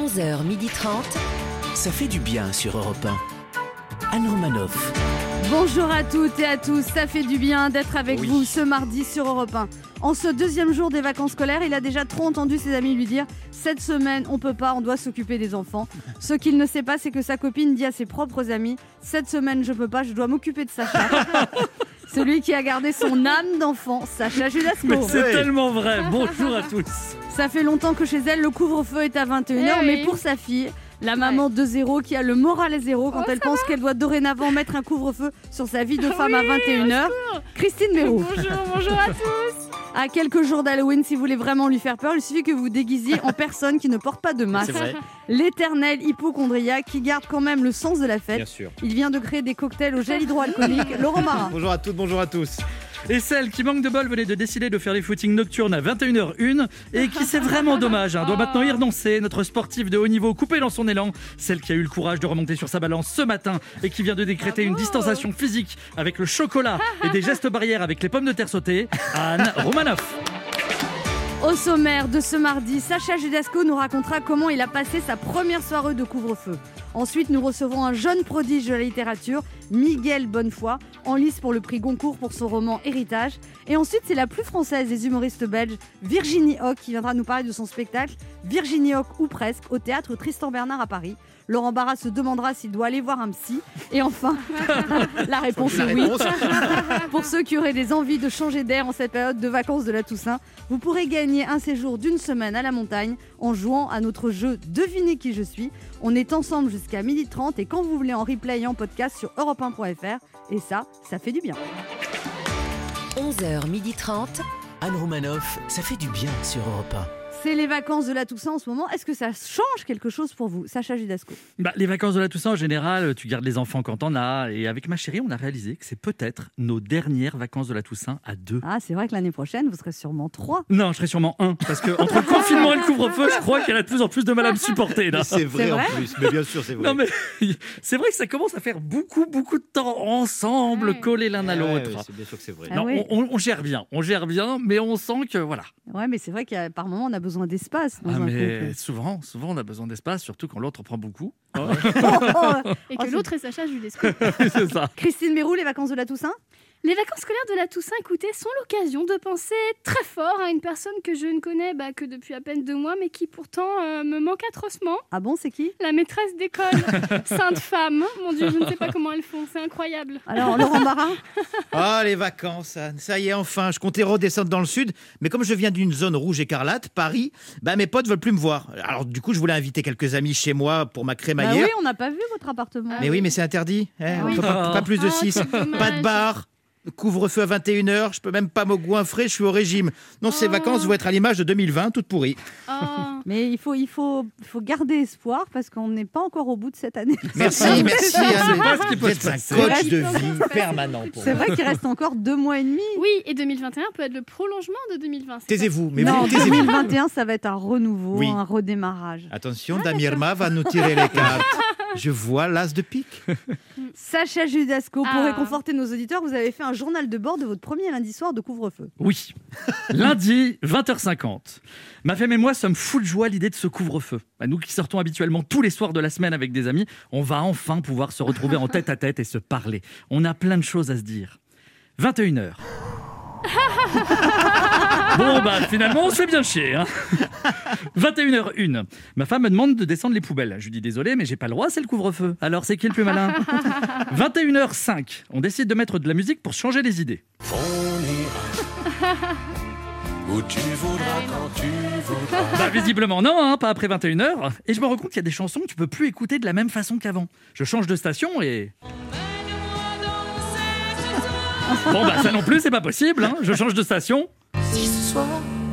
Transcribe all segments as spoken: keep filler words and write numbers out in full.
onze heures trente, ça fait du bien sur Europe un. Anne Romanoff. Bonjour à toutes et à tous, ça fait du bien d'être avec Oui. vous ce mardi sur Europe un. En ce deuxième jour des vacances scolaires, il a déjà trop entendu ses amis lui dire « Cette semaine, on peut pas, on doit s'occuper des enfants ». Ce qu'il ne sait pas, c'est que sa copine dit à ses propres amis « Cette semaine, je peux pas, je dois m'occuper de Sacha ». Celui qui a gardé son âme d'enfant, Sacha Judasco. Mais c'est tellement vrai. Bonjour à tous. Ça fait longtemps que chez elle, le couvre-feu est à vingt et une heures, Eh oui. mais pour sa fille, la maman de zéro qui a le moral à zéro quand Oh, elle pense qu'elle doit dorénavant mettre un couvre-feu sur sa vie de femme à Oui, vingt et une heures, Christine Mérou. Bonjour, bonjour à tous. À quelques jours d'Halloween, si vous voulez vraiment lui faire peur, il suffit que vous vous déguisiez en personne qui ne porte pas de masque. C'est vrai. L'éternel hypochondriaque qui garde quand même le sens de la fête. Bien sûr. Il vient de créer des cocktails au gel hydroalcoolique. Laurent Marin. Bonjour à toutes, bonjour à tous. Et celle qui manque de bol venait de décider de faire les footings nocturnes à vingt et une heures une et qui c'est vraiment dommage, hein, doit maintenant y renoncer. Notre sportive de haut niveau coupée dans son élan, celle qui a eu le courage de remonter sur sa balance ce matin et qui vient de décréter une distanciation physique avec le chocolat et des gestes barrières avec les pommes de terre sautées, Anne Romanoff. Au sommaire de ce mardi, Sacha Judasco nous racontera comment il a passé sa première soirée de couvre-feu. Ensuite, nous recevrons un jeune prodige de la littérature, Miguel Bonnefoy, en lice pour le prix Goncourt pour son roman Héritage. Et ensuite, c'est la plus française des humoristes belges, Virginie Hoc, qui viendra nous parler de son spectacle Virginie Hoc ou presque, au théâtre Tristan Bernard à Paris. Laurent Barra se demandera s'il doit aller voir un psy. Et enfin, la réponse La est oui. réponse. Pour ceux qui auraient des envies de changer d'air en cette période de vacances de la Toussaint, vous pourrez gagner un séjour d'une semaine à la montagne en jouant à notre jeu Devinez qui je suis. On est ensemble jusqu'à midi trente et quand vous voulez en replay et en podcast sur europe un point f r. Et ça, ça fait du bien. onze heures trente, Anne Romanoff, ça fait du bien sur Europe un. C'est les vacances de la Toussaint en ce moment. Est-ce que ça change quelque chose pour vous, Sacha Judasco? Bah, les vacances de la Toussaint, en général, tu gardes les enfants quand t'en as. Et avec ma chérie, on a réalisé que c'est peut-être nos dernières vacances de la Toussaint à deux. Ah, c'est vrai que l'année prochaine, vous serez sûrement trois. Non, je serai sûrement un. Parce que entre le confinement et le couvre-feu, je crois qu'elle a de plus en plus de mal à me supporter. Là. C'est vrai, C'est vrai en plus, mais bien sûr c'est vrai. Non mais c'est vrai que ça commence à faire beaucoup beaucoup de temps ensemble, Ouais. collés l'un à Ouais, l'autre. ouais, c'est bien sûr que c'est vrai. Ah Non, oui. on, on- on gère bien, on gère bien, mais on sent que voilà. Ouais, mais c'est vrai qu'à par moment, on a besoin d'espace dans Ah, un mais couple. souvent, souvent on a besoin d'espace, surtout quand l'autre prend beaucoup. Oh, oh. Et Oh, que c'est- l'autre est Sacha Judasco. C'est ça. Christine Mérou, les vacances de la Toussaint? Les vacances scolaires de la Toussaint, écoutez, sont l'occasion de penser très fort à une personne que je ne connais bah, que depuis à peine deux mois, mais qui pourtant euh, me manque atrocement. Ah bon, c'est qui? La maîtresse d'école, sainte femme. Mon Dieu, je ne sais pas comment elles font, c'est incroyable. Alors, Laurent Barra? Ah, les vacances, Anne. Ça y est, enfin, je comptais redescendre dans le sud, mais comme je viens d'une zone rouge écarlate, Paris, bah, mes potes veulent plus me voir. Alors du coup, je voulais inviter quelques amis chez moi pour ma Bah crémaillère. oui, on n'a pas vu votre appartement. Mais oui, mais c'est interdit. hein, Ah on oui. peut pas, pas plus de Ah, six. c'est dommage. Pas de bar. Couvre-feu à vingt et une heures, je peux même pas me goinfrer, je suis au régime. Non, ces Oh. vacances vont être à l'image de deux mille vingt, toutes pourries. Oh. Mais il faut, il, faut, il faut garder espoir parce qu'on n'est pas encore au bout de cette année. Merci, merci Anne. pas ce qui peut Vous se êtes un passer. coach de Reste- vie permanent pour C'est moi. vrai qu'il reste encore deux mois et demi. Oui, et deux mille vingt et un peut être le prolongement de deux mille vingt. c'est Taisez-vous, mais non, vous, taisez-vous. deux mille vingt et un, ça va être un renouveau, Oui. un redémarrage. Attention, Damirma va nous tirer les cartes. Je vois l'as de pique. Sacha Judasco, pour Ah. réconforter nos auditeurs, vous avez fait un journal de bord de votre premier lundi soir de couvre-feu. Oui. Lundi, vingt heures cinquante. Ma femme et moi sommes fous de joie à l'idée de ce couvre-feu. Bah, nous qui sortons habituellement tous les soirs de la semaine avec des amis, on va enfin pouvoir se retrouver en tête à tête et se parler. On a plein de choses à se dire. vingt et une heures. Bon, bah finalement, on se fait bien chier. Hein. vingt et une heures une. Ma femme me demande de descendre les poubelles. Je lui dis désolé, mais j'ai pas le droit, c'est le couvre-feu. Alors, c'est qui le plus malin? vingt et une heures cinq. On décide de mettre de la musique pour changer les idées. Où tu voudras, quand tu voudras. Bah visiblement non, hein, pas après vingt et une heures. Et je me rends compte qu'il y a des chansons que tu peux plus écouter de la même façon qu'avant. Je change de station et... Bon bah ça non plus c'est pas possible, hein. Je change de station. Si ce soir,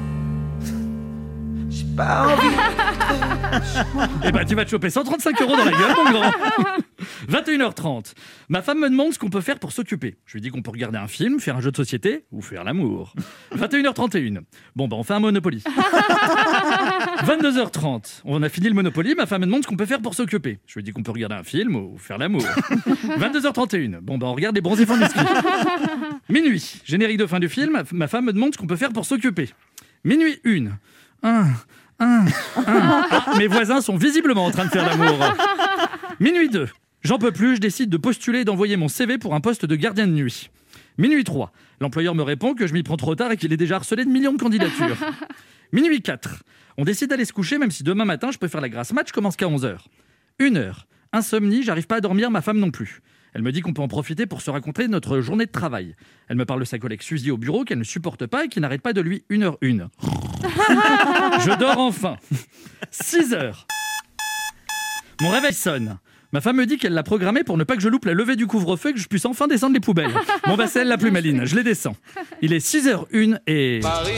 j'ai pas envie. Et bah tu vas te choper cent trente-cinq euros dans la gueule mon grand. vingt et une heures trente. Ma femme me demande ce qu'on peut faire pour s'occuper. Je lui dis qu'on peut regarder un film, faire un jeu de société ou faire l'amour. vingt et une heures trente et une. Bon bah on fait un Monopoly. vingt-deux heures trente. On a fini le Monopoly, ma femme me demande ce qu'on peut faire pour s'occuper. Je lui dis qu'on peut regarder un film ou faire l'amour. vingt-deux heures trente et une. Bon bah on regarde les bronzés fonds whisky. Minuit. Générique de fin du film, ma femme me demande ce qu'on peut faire pour s'occuper. Minuit une. Un, Un, un. Ah, mes voisins sont visiblement en train de faire l'amour. Minuit deux. J'en peux plus, je décide de postuler et d'envoyer mon C V pour un poste de gardien de nuit. Minuit trois. L'employeur me répond que je m'y prends trop tard et qu'il est déjà harcelé de millions de candidatures. Minuit quatre. On décide d'aller se coucher, même si demain matin, je peux faire la grasse mat, je commence qu'à onze heures. Une heure. Insomnie, j'arrive pas à dormir, ma femme non plus. Elle me dit qu'on peut en profiter pour se raconter notre journée de travail. Elle me parle de sa collègue Suzy au bureau qu'elle ne supporte pas et qui n'arrête pas de lui une heure une. Je dors enfin. six heures. Mon réveil sonne. Ma femme me dit qu'elle l'a programmé pour ne pas que je loupe la levée du couvre-feu et que je puisse enfin descendre les poubelles. Bon bah c'est elle la plus maline, je les descends. Il est six heures une et... Paris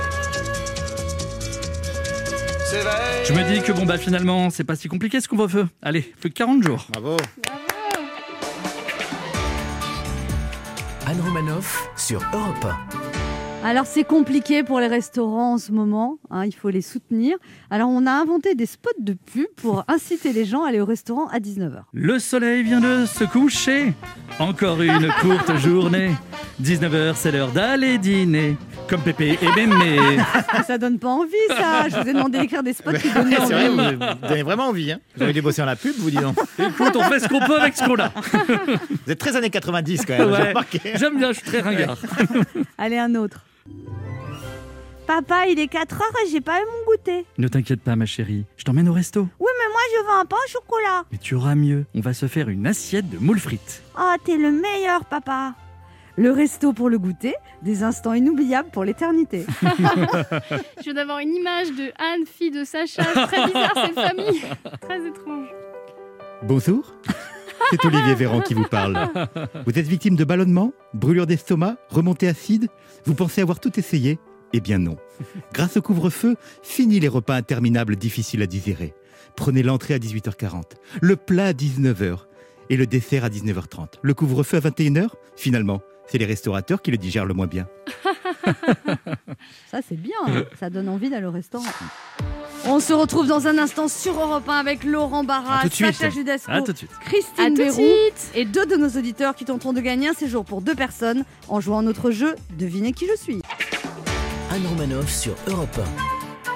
s'éveille. Je me dis que bon bah finalement c'est pas si compliqué ce couvre-feu. Allez, plus que quarante jours. Bravo. Anne Romanoff sur Europe un. Alors c'est compliqué pour les restaurants en ce moment, hein, il faut les soutenir. Alors on a inventé des spots de pub pour inciter les gens à aller au restaurant à dix-neuf heures. Le soleil vient de se coucher. Encore une courte journée. dix-neuf heures, c'est l'heure d'aller dîner. Comme Pépé et Mémé. Ça donne pas envie ça, je vous ai demandé d'écrire des spots qui donnent C'est vrai, vous, envie. vous donnez vraiment envie. Hein. Vous avez dû bosser dans la pub, vous dis donc. Écoute, on fait ce qu'on peut avec ce qu'on a. Vous êtes très années quatre-vingt-dix quand même, j'ai Ouais, remarqué. j'aime bien, je suis très ringard. Allez, un autre. Papa, il est quatre heures et j'ai pas eu mon goûter. Ne t'inquiète pas ma chérie, je t'emmène au resto. Oui, mais moi je veux un pain au chocolat. Mais tu auras mieux, on va se faire une assiette de moules frites. Oh, t'es le meilleur, papa. Le resto pour le goûter, des instants inoubliables pour l'éternité. Je viens d'avoir une image de Anne, fille de Sacha. C'est très bizarre cette famille. Très étrange. Bonjour, c'est Olivier Véran qui vous parle. Vous êtes victime de ballonnement, brûlure d'estomac, remontée acide? Vous pensez avoir tout essayé? Eh bien non. Grâce au couvre-feu, fini les repas interminables difficiles à digérer. Prenez l'entrée à dix-huit heures quarante, le plat à dix-neuf heures et le dessert à dix-neuf heures trente. Le couvre-feu à vingt et une heures, finalement, c'est les restaurateurs qui le digèrent le moins bien. Ça, c'est bien, hein. Ça donne envie d'aller au restaurant. On se retrouve dans un instant sur Europe un avec Laurent Barra, À tout de suite. Sacha Judasco, À tout de suite. À Christine tout de Béroux suite. et deux de nos auditeurs qui tenteront de gagner un séjour pour deux personnes en jouant à notre jeu Devinez qui je suis. Anne Romanoff sur Europe un.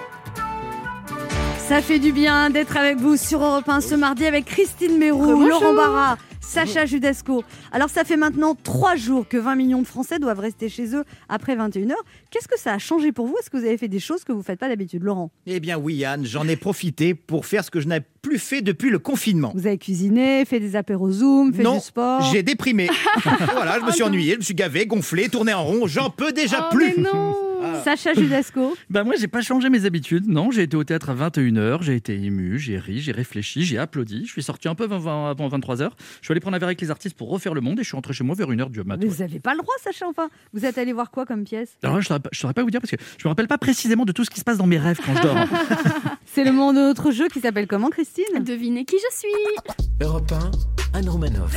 Ça fait du bien d'être avec vous sur Europe un ce mardi avec Christine Béroux, Rebonjour. Laurent Barra, Sacha Judasco. Alors ça fait maintenant trois jours que vingt millions de Français doivent rester chez eux après vingt et une heures. Qu'est-ce que ça a changé pour vous? Est-ce que vous avez fait des choses que vous ne faites pas d'habitude, Laurent? Eh bien oui, Anne, j'en ai profité pour faire ce que je n'avais plus fait depuis le confinement. Vous avez cuisiné, fait des apéros Zoom, fait Non, du sport. j'ai déprimé. voilà, je me suis ennuyé, je me suis gavé, gonflé, tourné en rond. J'en peux déjà Oh, plus. mais non. Sacha Judasco. Bah moi j'ai pas changé mes habitudes, non, j'ai été au théâtre à vingt et une heures, j'ai été ému, j'ai ri, j'ai réfléchi, j'ai applaudi, je suis sorti un peu avant avant vingt-trois heures, je suis allé prendre un verre avec les artistes pour refaire le monde et je suis rentré chez moi vers une heure du mat. Mais ouais. vous n'avez pas le droit, Sacha, enfin. Vous êtes allé voir quoi comme pièce? Alors là, je saurais pas, je saurais pas vous dire parce que je me rappelle pas précisément de tout ce qui se passe dans mes rêves quand je dors. C'est le moment de notre jeu qui s'appelle comment, Christine? Devinez qui je suis. Europe un, Anne Romanoff.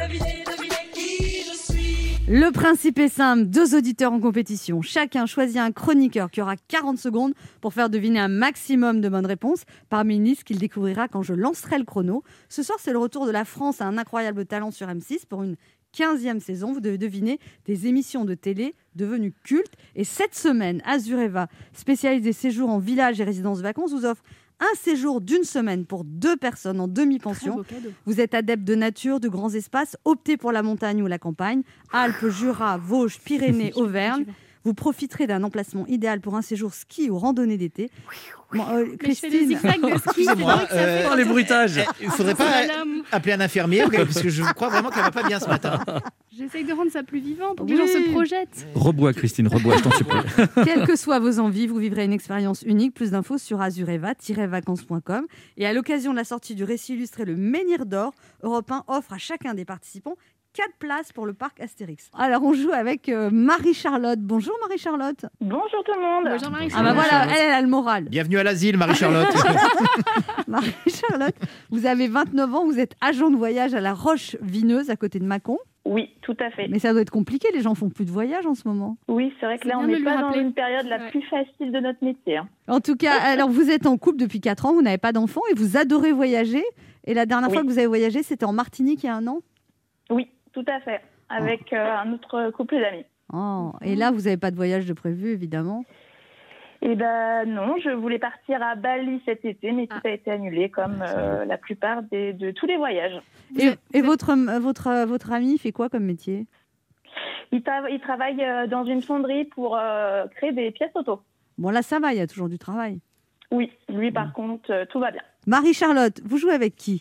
Le principe est simple, deux auditeurs en compétition. Chacun choisit un chroniqueur qui aura quarante secondes pour faire deviner un maximum de bonnes réponses parmi une liste qu'il découvrira quand je lancerai le chrono. Ce soir, c'est le retour de la France à un incroyable talent sur M six pour une quinzième saison. Vous devez deviner des émissions de télé devenues cultes. Et cette semaine, Azureva, spécialiste des séjours en village et résidences vacances, vous offre un séjour d'une semaine pour deux personnes en Très demi-pension. beau cadeau. Vous êtes adepte de nature, de grands espaces, optez pour la montagne ou la campagne, Alpes, Jura, Vosges, Pyrénées, Auvergne. Vous profiterez d'un emplacement idéal pour un séjour ski ou randonnée d'été. Bon, euh, Mais je fais des Christine, zigzags de ski. c'est Excusez-moi, vrai que ça fait euh, Oh les bruitages. Eh, il ne faudrait pas Madame. appeler un infirmier, parce que je crois vraiment qu'elle va pas bien ce matin. J'essaye de rendre ça plus vivant pour que Oui. les gens se projettent. Rebois Christine, rebois, je t'en supplie. quelles que soient vos envies, vous vivrez une expérience unique. Plus d'infos sur azureva tiret vacances point com. Et à l'occasion de la sortie du récit illustré Le Menhir d'Or, Europe un offre à chacun des participants quatre places pour le parc Astérix. Alors on joue avec euh, Marie-Charlotte. Bonjour Marie-Charlotte. Bonjour tout le monde. Bonjour Marie. Ah bah voilà, elle, elle a le moral. Bienvenue à l'asile, Marie-Charlotte. Marie-Charlotte, vous avez vingt-neuf ans, vous êtes agent de voyage à la Roche-Vineuse à côté de Mâcon. Oui, tout à fait. Mais ça doit être compliqué, les gens font plus de voyage en ce moment. Oui, c'est vrai que C'est là, on bien de n'est le pas dans rappeler. une période la Ouais. plus facile de notre métier. hein. En tout cas, alors vous êtes en couple depuis quatre ans, vous n'avez pas d'enfant et vous adorez voyager. Et la dernière Oui. fois que vous avez voyagé, c'était en Martinique il y a un an. Oui, tout à fait. Avec euh, un autre couple d'amis. Oh, et là, vous n'avez pas de voyage de prévu, évidemment. Eh ben non, je voulais partir à Bali cet été, mais tout Ah. a été annulé, comme euh, la plupart des, de tous les voyages. Et, et votre, votre, votre ami fait quoi comme métier? Il, tra- il travaille euh, dans une fonderie pour euh, créer des pièces auto. Bon, là, ça va, il y a toujours du travail. Oui, lui par contre, euh, tout va bien. Marie-Charlotte, vous jouez avec qui?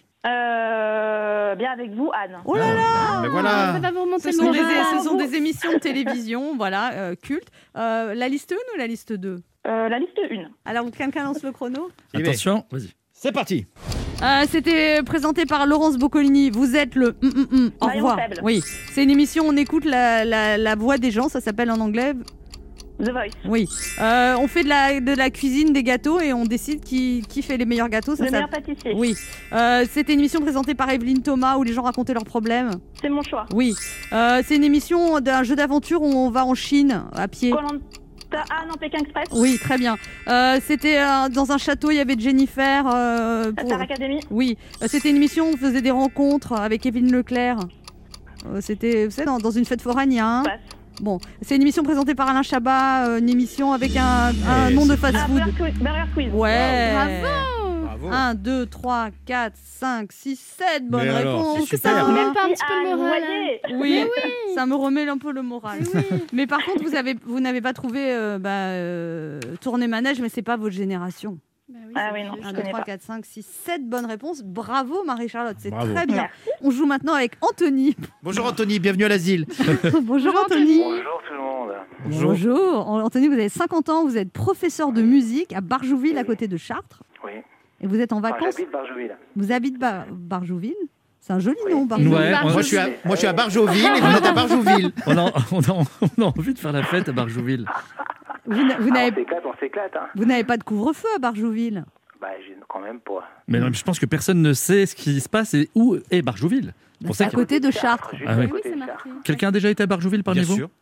Euh, bien avec vous, Anne. Oh là là Ah, mais voilà. Ça va vous remonter Ce le sont, des, moral. ce sont des émissions de télévision, voilà, euh, cultes. Euh, la liste un ou la liste deux? Euh, la liste un. Alors, quelqu'un lance le chrono? J'y vais. Attention, vas-y. C'est parti. Euh, C'était présenté par Laurence Boccolini. Vous êtes le hum, hum, hum. Au Maillon revoir. faible. Oui, c'est une émission, on écoute la, la, la voix des gens, ça s'appelle en anglais. The Voice. Oui. Euh, on fait de la, de la cuisine, des gâteaux et on décide qui, qui fait les meilleurs gâteaux. Ça, Le ça- meilleur pâtissier. Oui. Euh, C'était une émission présentée par Evelyne Thomas où les gens racontaient leurs problèmes. C'est mon choix. Oui. Euh, c'est une émission d'un jeu d'aventure où on va en Chine à pied. Koh-Lanta- Ah non, Pékin Express. Oui, très bien. Euh, C'était euh, dans un château, il y avait Jennifer. euh, La pour- Star Academy. Oui, Euh, c'était une émission où on faisait des rencontres avec Evelyne Leclerc. Euh, C'était, vous savez, dans, dans une fête foraine. Hein. Passe. Bon, c'est une émission présentée par Alain Chabat, euh, une émission avec un, un Eh, nom de c'est Ah, fast-food. Burger Quiz. Burger Quiz. Ouais. Bravo. Bravo. un, deux, trois, quatre, cinq, six, sept bonnes Mais alors, réponses. c'est Est-ce que ça super. vous met Merci, pas un petit peu Anne, le vous moral? voyez. Oui, oui. ça me remet un peu le moral. Oui. Mais par contre, vous avez, vous n'avez pas trouvé euh, bah, euh, tourner manège, mais c'est pas votre génération. Bah oui, Ah c'est oui, non, vieux. je un, deux, connais trois, pas. quatre, cinq, six, sept bonnes réponses. Bravo Marie-Charlotte, c'est Bravo. très bien. Merci. On joue maintenant avec Anthony. Bonjour Anthony, bienvenue à l'asile. Bonjour Anthony. Bonjour tout le monde. Bonjour. Bonjour. Anthony, vous avez cinquante ans, vous êtes professeur de musique à Barjouville, à côté de Chartres. Oui. Et vous êtes en Enfin, vacances. j'habite Barjouville. Vous habitez Bar- Barjouville. C'est un joli Oui. nom, Barjouville. Ouais, Barjouville. Moi je, suis à, moi, je suis à Barjouville et vous êtes à Barjouville. On a, on, a, on a envie de faire la fête à Barjouville. Vous n'a- vous Ah, n'avez on s'éclate, on s'éclate. Hein. vous n'avez pas de couvre-feu à Barjouville. Bah, j'ai quand même pas. Mais non, mais je pense que personne ne sait ce qui se passe et où est Barjouville. C'est pour C'est ça à que- côté de Chartres. Juste Ah à oui. Oui, côté c'est de ça. marqué. Quelqu'un a déjà été à Barjouville parmi Bien vous? sûr.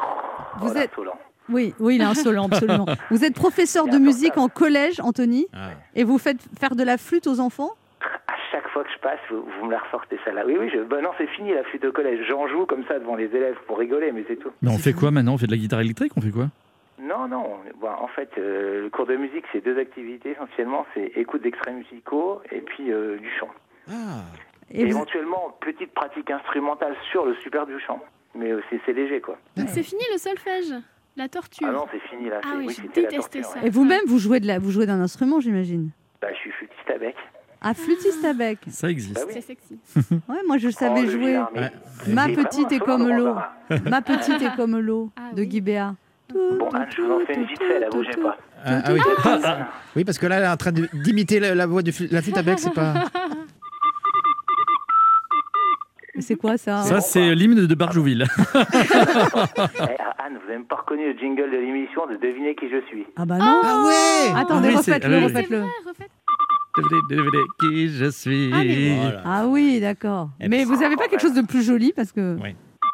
Vous Oh, êtes l'insolent. oui, oui, il est insolent absolument. Vous êtes professeur de Bien musique en collège, Anthony, Ah. et vous faites faire de la flûte aux enfants. À chaque fois que je passe, vous, vous me la ressortez celle-là. Oui, oui, je... bah, non, c'est fini la flûte au collège. J'en joue comme ça devant les élèves pour rigoler, mais c'est tout. Mais on fait quoi maintenant? On fait de la guitare électrique? On fait quoi? Non, non. Bon, en fait, euh, le cours de musique, c'est deux activités essentiellement. C'est écoute d'extraits musicaux et puis euh, du chant. Ah. Et Et vous- éventuellement, petite pratique instrumentale sur le super du chant. Mais euh, c'est c'est léger, quoi. Donc c'est fini le solfège, la torture. Ah non, c'est fini là. Ah C'est- oui, oui, j'ai c'était la détesté torture, ça. ouais. et vous-même, vous jouez de la, vous jouez d'un instrument, j'imagine. Bah, je suis flûtiste à bec. Ah, flûtiste à bec. Ça existe. Bah oui. C'est sexy. Ouais, moi je savais Oh, le jouer. vilain, mais- Ouais. Ma c'est petite vraiment est un comme solo, l'eau. Barbara. Ma petite est comme l'eau Ah de oui. Guy Béat. Bon, Anne, je vous en fais une vite fait, là, bougez pas. Ah, ah oui. Ah, ah, Oui, parce que là, elle est en train de- d'imiter la, la voix de fl- la flûte à bec, c'est pas. C'est quoi ça ça, c'est l'hymne de Barjouville. Eh, Anne, vous n'avez même pas reconnu le jingle de l'émission de deviner qui je suis. Ah bah non. Ah ouais. Attendez, Oui, c'est- refaites-le, ah oui, oui. C'est refaites-le. vrai, refaites. Devinez, devinez qui je suis. Ah, mais Voilà. Ah oui, d'accord. Eh Mais ben, vous avez pas quelque chose de plus joli parce que. Ouais.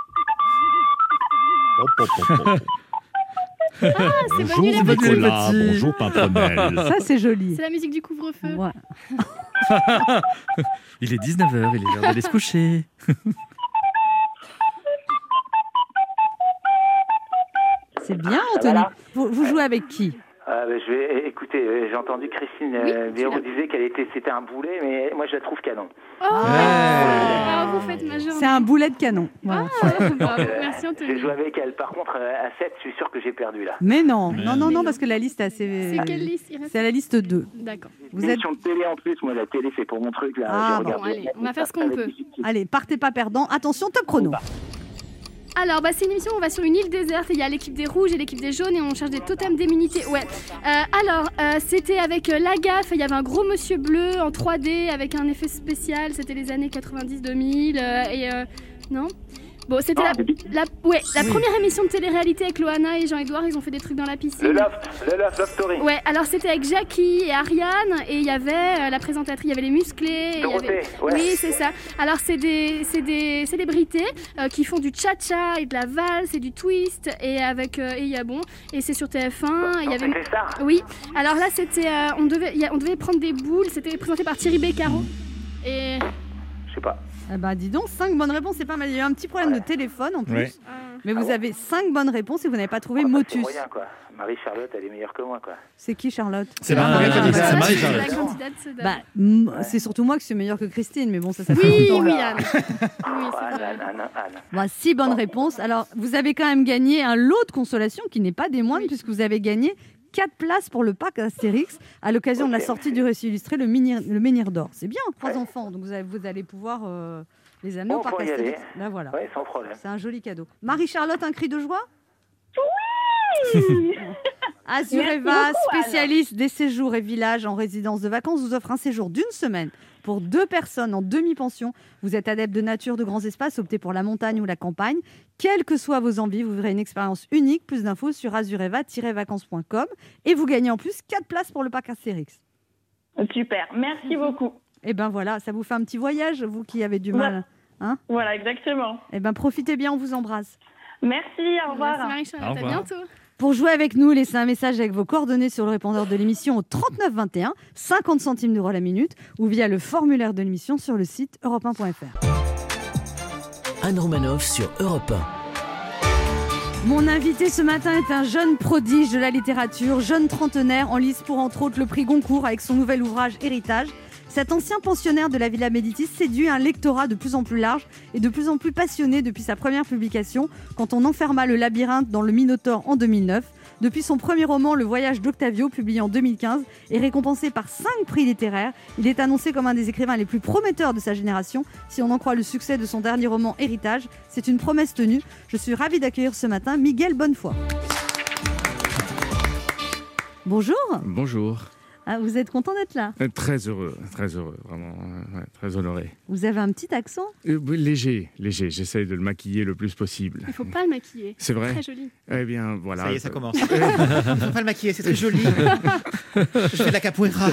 Hop, hop, hop, hop. C'est Bonjour Manu la petite. Nicolas, Petit. bonjour Pimprenelle. Ça, c'est joli. C'est la musique du couvre-feu. Ouais. Il est dix-neuf heures, il est l'heure d'aller se coucher. C'est bien, Anthony. voilà. Vous, vous jouez avec qui? Ah, bah, je vais écoutez, euh, j'ai entendu Christine euh, Oui, Béraud tu disait qu'elle était, c'était un boulet, mais moi je la trouve canon. Oh, ah, vous faites ma journée. C'est un boulet de canon. Voilà. Ah, bravo, Euh, merci J'ai Anthony. joué avec elle. Par contre, euh, à sept, je suis sûr que j'ai perdu là. Mais non, non, non, Mais non, non. parce que la liste est assez. C'est quelle liste il reste C'est la liste deux. D'accord. Vous êtes. Émission de télé en plus, moi la télé c'est pour mon truc là. Ah, Je bon, regarde- allez, on va faire ce qu'on peut. Allez, partez pas perdant. Attention, top chrono. Alors, bah, c'est une émission où on va sur une île déserte et il y a l'équipe des rouges et l'équipe des jaunes et on cherche des totems d'immunité. Ouais. Euh, alors, euh, c'était avec euh, la gaffe. Il y avait un gros monsieur bleu en trois D avec un effet spécial. C'était les années quatre-vingt-dix deux mille. euh, et euh, non Bon, c'était Ah, la, c'est bien. la, ouais, la Oui. première émission de télé-réalité avec Loana et Jean-Edouard. Ils ont fait des trucs dans la piscine. Le loft, le loft, Love Story. Ouais, alors c'était avec Jackie et Ariane et il y avait euh, la présentatrice, il y avait les musclés. et il y Dorothée, avait- ouais. Oui, c'est ça. Alors c'est des, c'est des célébrités euh, qui font du cha-cha et de la valse et du twist et avec et il y a bon et c'est sur T F un. et il y Non, avait c'est ça. oui. Alors là c'était euh, on devait il y a- on devait prendre des boules. C'était présenté par Thierry Beccaro et Je sais pas. Eh bah, dis donc, cinq bonnes réponses, c'est pas mal. Il y a eu un petit problème de téléphone en plus. Ouais. euh, Mais vous Ah avez cinq bonnes réponses et vous n'avez pas trouvé Oh, bah, c'est motus. moyen, quoi. Marie-Charlotte, elle est meilleure que moi, quoi. C'est qui, Charlotte? C'est Marie- Ah, c'est voilà. Marie-Charlotte. La candidate se donne. Bah, m- c'est surtout moi qui suis meilleure que Christine, mais bon, ça, ça fait Oui, longtemps. oui, Anne. Oui, Oh, c'est Anne, vrai. Anne, Anne, Anne. Bon, six bonnes réponses. Alors, vous avez quand même gagné un lot de consolation qui n'est pas des moindres, puisque vous avez gagné quatre places pour le parc Astérix à l'occasion de la Ok. sortie du récit illustré Le Menhir, le Menhir d'Or. C'est bien, trois Ouais. enfants, donc vous allez, vous allez pouvoir euh, les amener On au parc pourra y Astérix. aller. Là, voilà. Ouais, sans problème. C'est un joli cadeau. Marie-Charlotte, un cri de joie? Azureva, Merci beaucoup, spécialiste des séjours et villages en résidence de vacances, vous offre un séjour d'une semaine pour deux personnes en demi-pension. Vous êtes adepte de nature, de grands espaces, optez pour la montagne ou la campagne. Quelles que soient vos envies, vous verrez une expérience unique. Plus d'infos sur azureva tiret vacances point com et vous gagnez en plus quatre places pour le parc Astérix. Super, merci beaucoup. Et ben voilà, ça vous fait un petit voyage, vous qui avez du mal. Voilà, exactement. Et ben profitez bien, on vous embrasse. Merci, au revoir. Merci Marie-Charlotte, Au à revoir. bientôt. Pour jouer avec nous, laissez un message avec vos coordonnées sur le répondeur de l'émission au trente-neuf vingt et un, cinquante centimes d'euros la minute, ou via le formulaire de l'émission sur le site europe un point f r. Anne Romanoff sur Europe un. Mon invité ce matin est un jeune prodige de la littérature, jeune trentenaire en lice pour entre autres le prix Goncourt avec son nouvel ouvrage Héritage. Cet ancien pensionnaire de la Villa Médicis séduit un lectorat de plus en plus large et de plus en plus passionné depuis sa première publication, quand on enferma le labyrinthe dans le Minotaure en deux mille neuf. Depuis son premier roman, Le Voyage d'Octavio, publié en deux mille quinze, et récompensé par cinq prix littéraires, il est annoncé comme un des écrivains les plus prometteurs de sa génération. Si on en croit le succès de son dernier roman Héritage, c'est une promesse tenue. Je suis ravie d'accueillir ce matin Miguel Bonnefoy. Bonjour. Bonjour. Ah, vous êtes content d'être là? Euh, Très heureux, très heureux, vraiment, euh, ouais, très honoré. Vous avez un petit accent? Euh, oui, léger, léger, j'essaye de le maquiller le plus possible. Il faut pas le maquiller. C'est vrai? Très joli. Eh bien, voilà. Ça y est, ça commence. Faut pas le maquiller, c'est très joli. Je fais de la capoeira.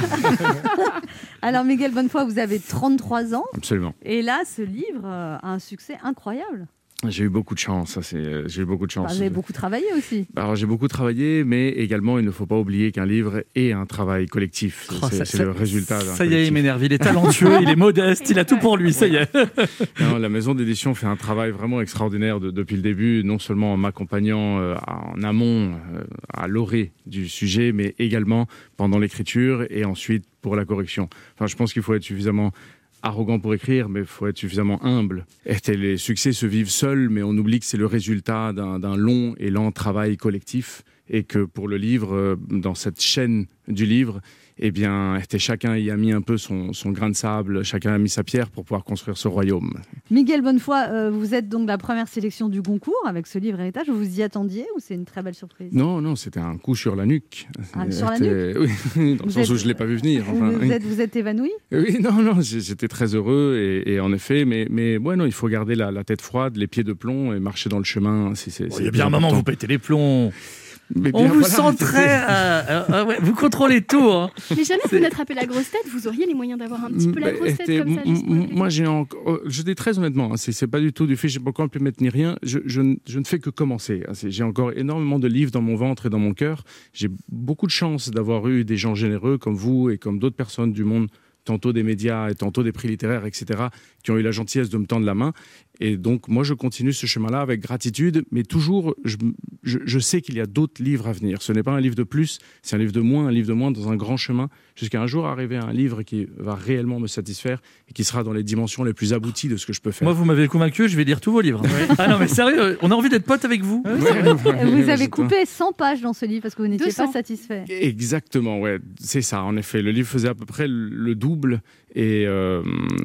Alors Miguel Bonnefoy, vous avez trente-trois ans Absolument. et là, ce livre euh, a un succès incroyable. J'ai eu beaucoup de chance, ça, c'est, euh, j'ai eu beaucoup de Bah, chance. vous avez beaucoup travaillé aussi. Alors j'ai beaucoup travaillé, mais également il ne faut pas oublier qu'un livre est un travail collectif. Oh, c'est ça- c'est ça- le résultat d'un Ça y est, il collectif. m'énerve. Il est talentueux, il est modeste, il a tout pour lui, ça y est. Non, la maison d'édition fait un travail vraiment extraordinaire de- depuis le début, non seulement en m'accompagnant euh, en amont euh, à l'orée du sujet, mais également pendant l'écriture et ensuite pour la correction. Enfin, je pense qu'il faut être suffisamment arrogant pour écrire, mais il faut être suffisamment humble. Et les succès se vivent seuls, mais on oublie que c'est le résultat d'un d'un long et lent travail collectif, et que pour le livre, euh, dans cette chaîne du livre, eh bien, chacun y a mis un peu son, son grain de sable, chacun a mis sa pierre pour pouvoir construire ce royaume. Miguel Bonnefoy, euh, vous êtes donc la première sélection du Goncourt avec ce livre Héritage. Vous y attendiez ou c'est une très belle surprise? Non, non, c'était un coup sur la nuque. Ah, sur la C'était- Oui, dans le Vous sens où êtes- je ne l'ai pas vu venir. enfin, vous, oui. êtes, vous êtes évanoui? Oui, non, non, j'ai- j'étais très heureux et, et en effet, mais, mais ouais, non, il faut garder la, la tête froide, les pieds de plomb et marcher dans le chemin. c'est- c'est- Oh, c'est il y a bien un moment où vous pétez les plombs. Mais On bien, vous voilà, sent très... euh, euh, euh, ouais, vous contrôlez tout. Hein. Mais jamais C'est- vous n'attrapez la grosse tête, vous auriez les moyens d'avoir un petit peu la Bah, grosse tête écoutez, comme ça. m- juste pour m- écrire. moi, j'ai encore, je dis très honnêtement, hein, c'est c'est pas du tout du fait que j'ai pas encore pu mettre ni rien. Je, je, ne- je ne fais que commencer. hein, c'est- J'ai encore énormément de livres dans mon ventre et dans mon cœur. J'ai beaucoup de chance d'avoir eu des gens généreux comme vous et comme d'autres personnes du monde, tantôt des médias et tantôt des prix littéraires, et cetera, qui ont eu la gentillesse de me tendre la main. Et donc, moi, je continue ce chemin-là avec gratitude, mais toujours, je, je, je sais qu'il y a d'autres livres à venir. Ce n'est pas un livre de plus, c'est un livre de moins, un livre de moins dans un grand chemin, jusqu'à un jour arriver à un livre qui va réellement me satisfaire et qui sera dans les dimensions les plus abouties de ce que je peux faire. Moi, vous m'avez convaincu, je vais lire tous vos livres. Ah non, mais sérieux, on a envie d'être potes avec vous. Vous avez coupé cent pages dans ce livre parce que vous n'étiez deux cents. pas satisfait. Exactement, ouais, c'est ça, en effet. Le livre faisait à peu près le double et, euh,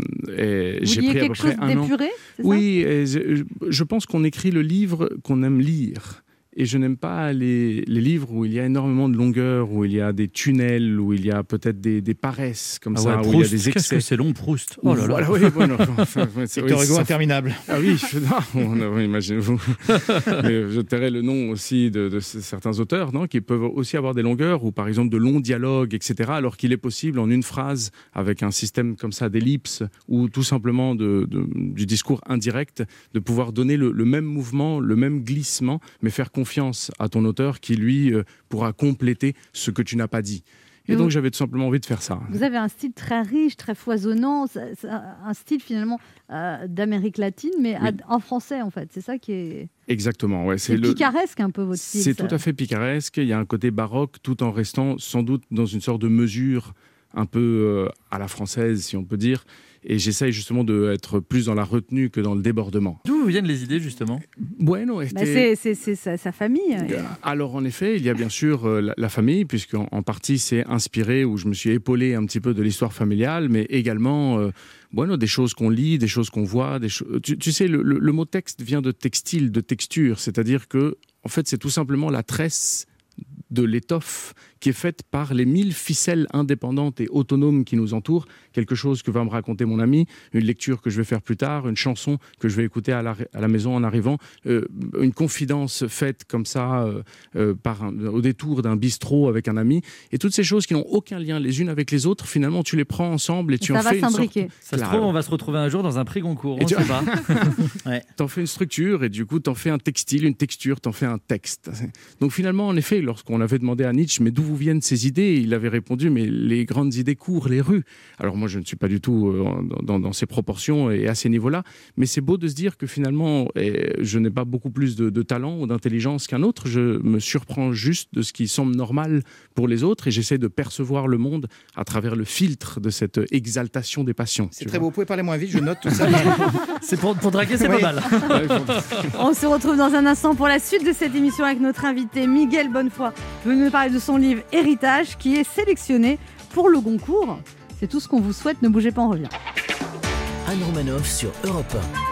et Vous j'ai vouliez pris à peu quelque près chose un an. d'épuré, c'est ça? Oui, et je, je pense qu'on écrit le livre qu'on aime lire. Et je n'aime pas les, les livres où il y a énormément de longueur, où il y a des tunnels, où il y a peut-être des, des paresses comme Ah ça, ouais, où il y a Proust, des qu'est-ce excès. que c'est long, Proust. Oh là là. Voilà, oui, voilà. Enfin, ouais, c'est- Victor oui, Hugo ça- interminable. Ah oui, je, non, on- oui, imaginez-vous. Mais je tairai le nom aussi de, de c- certains auteurs, non, qui peuvent aussi avoir des longueurs, ou par exemple de longs dialogues, et cetera, alors qu'il est possible en une phrase, avec un système comme ça d'ellipse, ou tout simplement de, de- du discours indirect, de pouvoir donner le, le même mouvement, le même glissement, mais faire confiance à ton auteur qui, lui, euh, pourra compléter ce que tu n'as pas dit. Et vous, donc, j'avais tout simplement envie de faire ça. Vous avez un style très riche, très foisonnant, ça, ça, un style finalement euh, d'Amérique latine, mais Oui. à, en français en fait. C'est ça qui est. Exactement, ouais. C'est le... picaresque un peu votre style. C'est ça. tout à fait picaresque. Il y a un côté baroque, tout en restant sans doute dans une sorte de mesure un peu euh, à la française, si on peut dire. Et j'essaye justement d'être plus dans la retenue que dans le débordement. D'où vous viennent les idées, justement? Bueno, Bah, c'est, c'est, c'est sa, sa famille. Et... Alors, en effet, il y a bien sûr euh, la, la famille, puisqu'en en partie, c'est inspiré, où je me suis épaulé un petit peu de l'histoire familiale, mais également euh, bueno, des choses qu'on lit, des choses qu'on voit. Des cho- tu, tu sais, le, le, le mot texte vient de textile, de texture, c'est-à-dire que, en fait, c'est tout simplement la tresse de l'étoffe qui est faite par les mille ficelles indépendantes et autonomes qui nous entourent, quelque chose que va me raconter mon ami, une lecture que je vais faire plus tard, une chanson que je vais écouter à la, à la maison en arrivant, euh, une confidence faite comme ça euh, euh, par un, au détour d'un bistrot avec un ami, et toutes ces choses qui n'ont aucun lien les unes avec les autres, finalement tu les prends ensemble et tu ça en va fais une sorte... s'imbriquer. Ça se trouve, on va se retrouver un jour dans un prix Goncourt, on Et ne tu- sait pas. Ouais. T'en fais une structure et du coup t'en fais un textile, une texture, t'en fais un texte. Donc finalement, en effet, lorsqu'on avait demandé à Nietzsche mais d'où vous viennent ces idées, il avait répondu mais les grandes idées courent les rues. Alors moi je ne suis pas du tout euh, dans, dans, dans ces proportions et à ces niveaux-là, mais c'est beau de se dire que finalement eh, je n'ai pas beaucoup plus de, de talent ou d'intelligence qu'un autre. Je me surprends juste de ce qui semble normal pour les autres et j'essaie de percevoir le monde à travers le filtre de cette exaltation des passions. C'est tu très vois. beau. Vous pouvez parler moins vite, je note tout ça. C'est pour, pour draguer, c'est Oui. pas mal. Ouais, faut- On se retrouve dans un instant pour la suite de cette émission avec notre invité Miguel Bonnefoy, venu nous parler de son livre Héritage, qui est sélectionné pour le Goncourt. C'est tout ce qu'on vous souhaite, ne bougez pas, on revient. Anne Romanoff sur Europe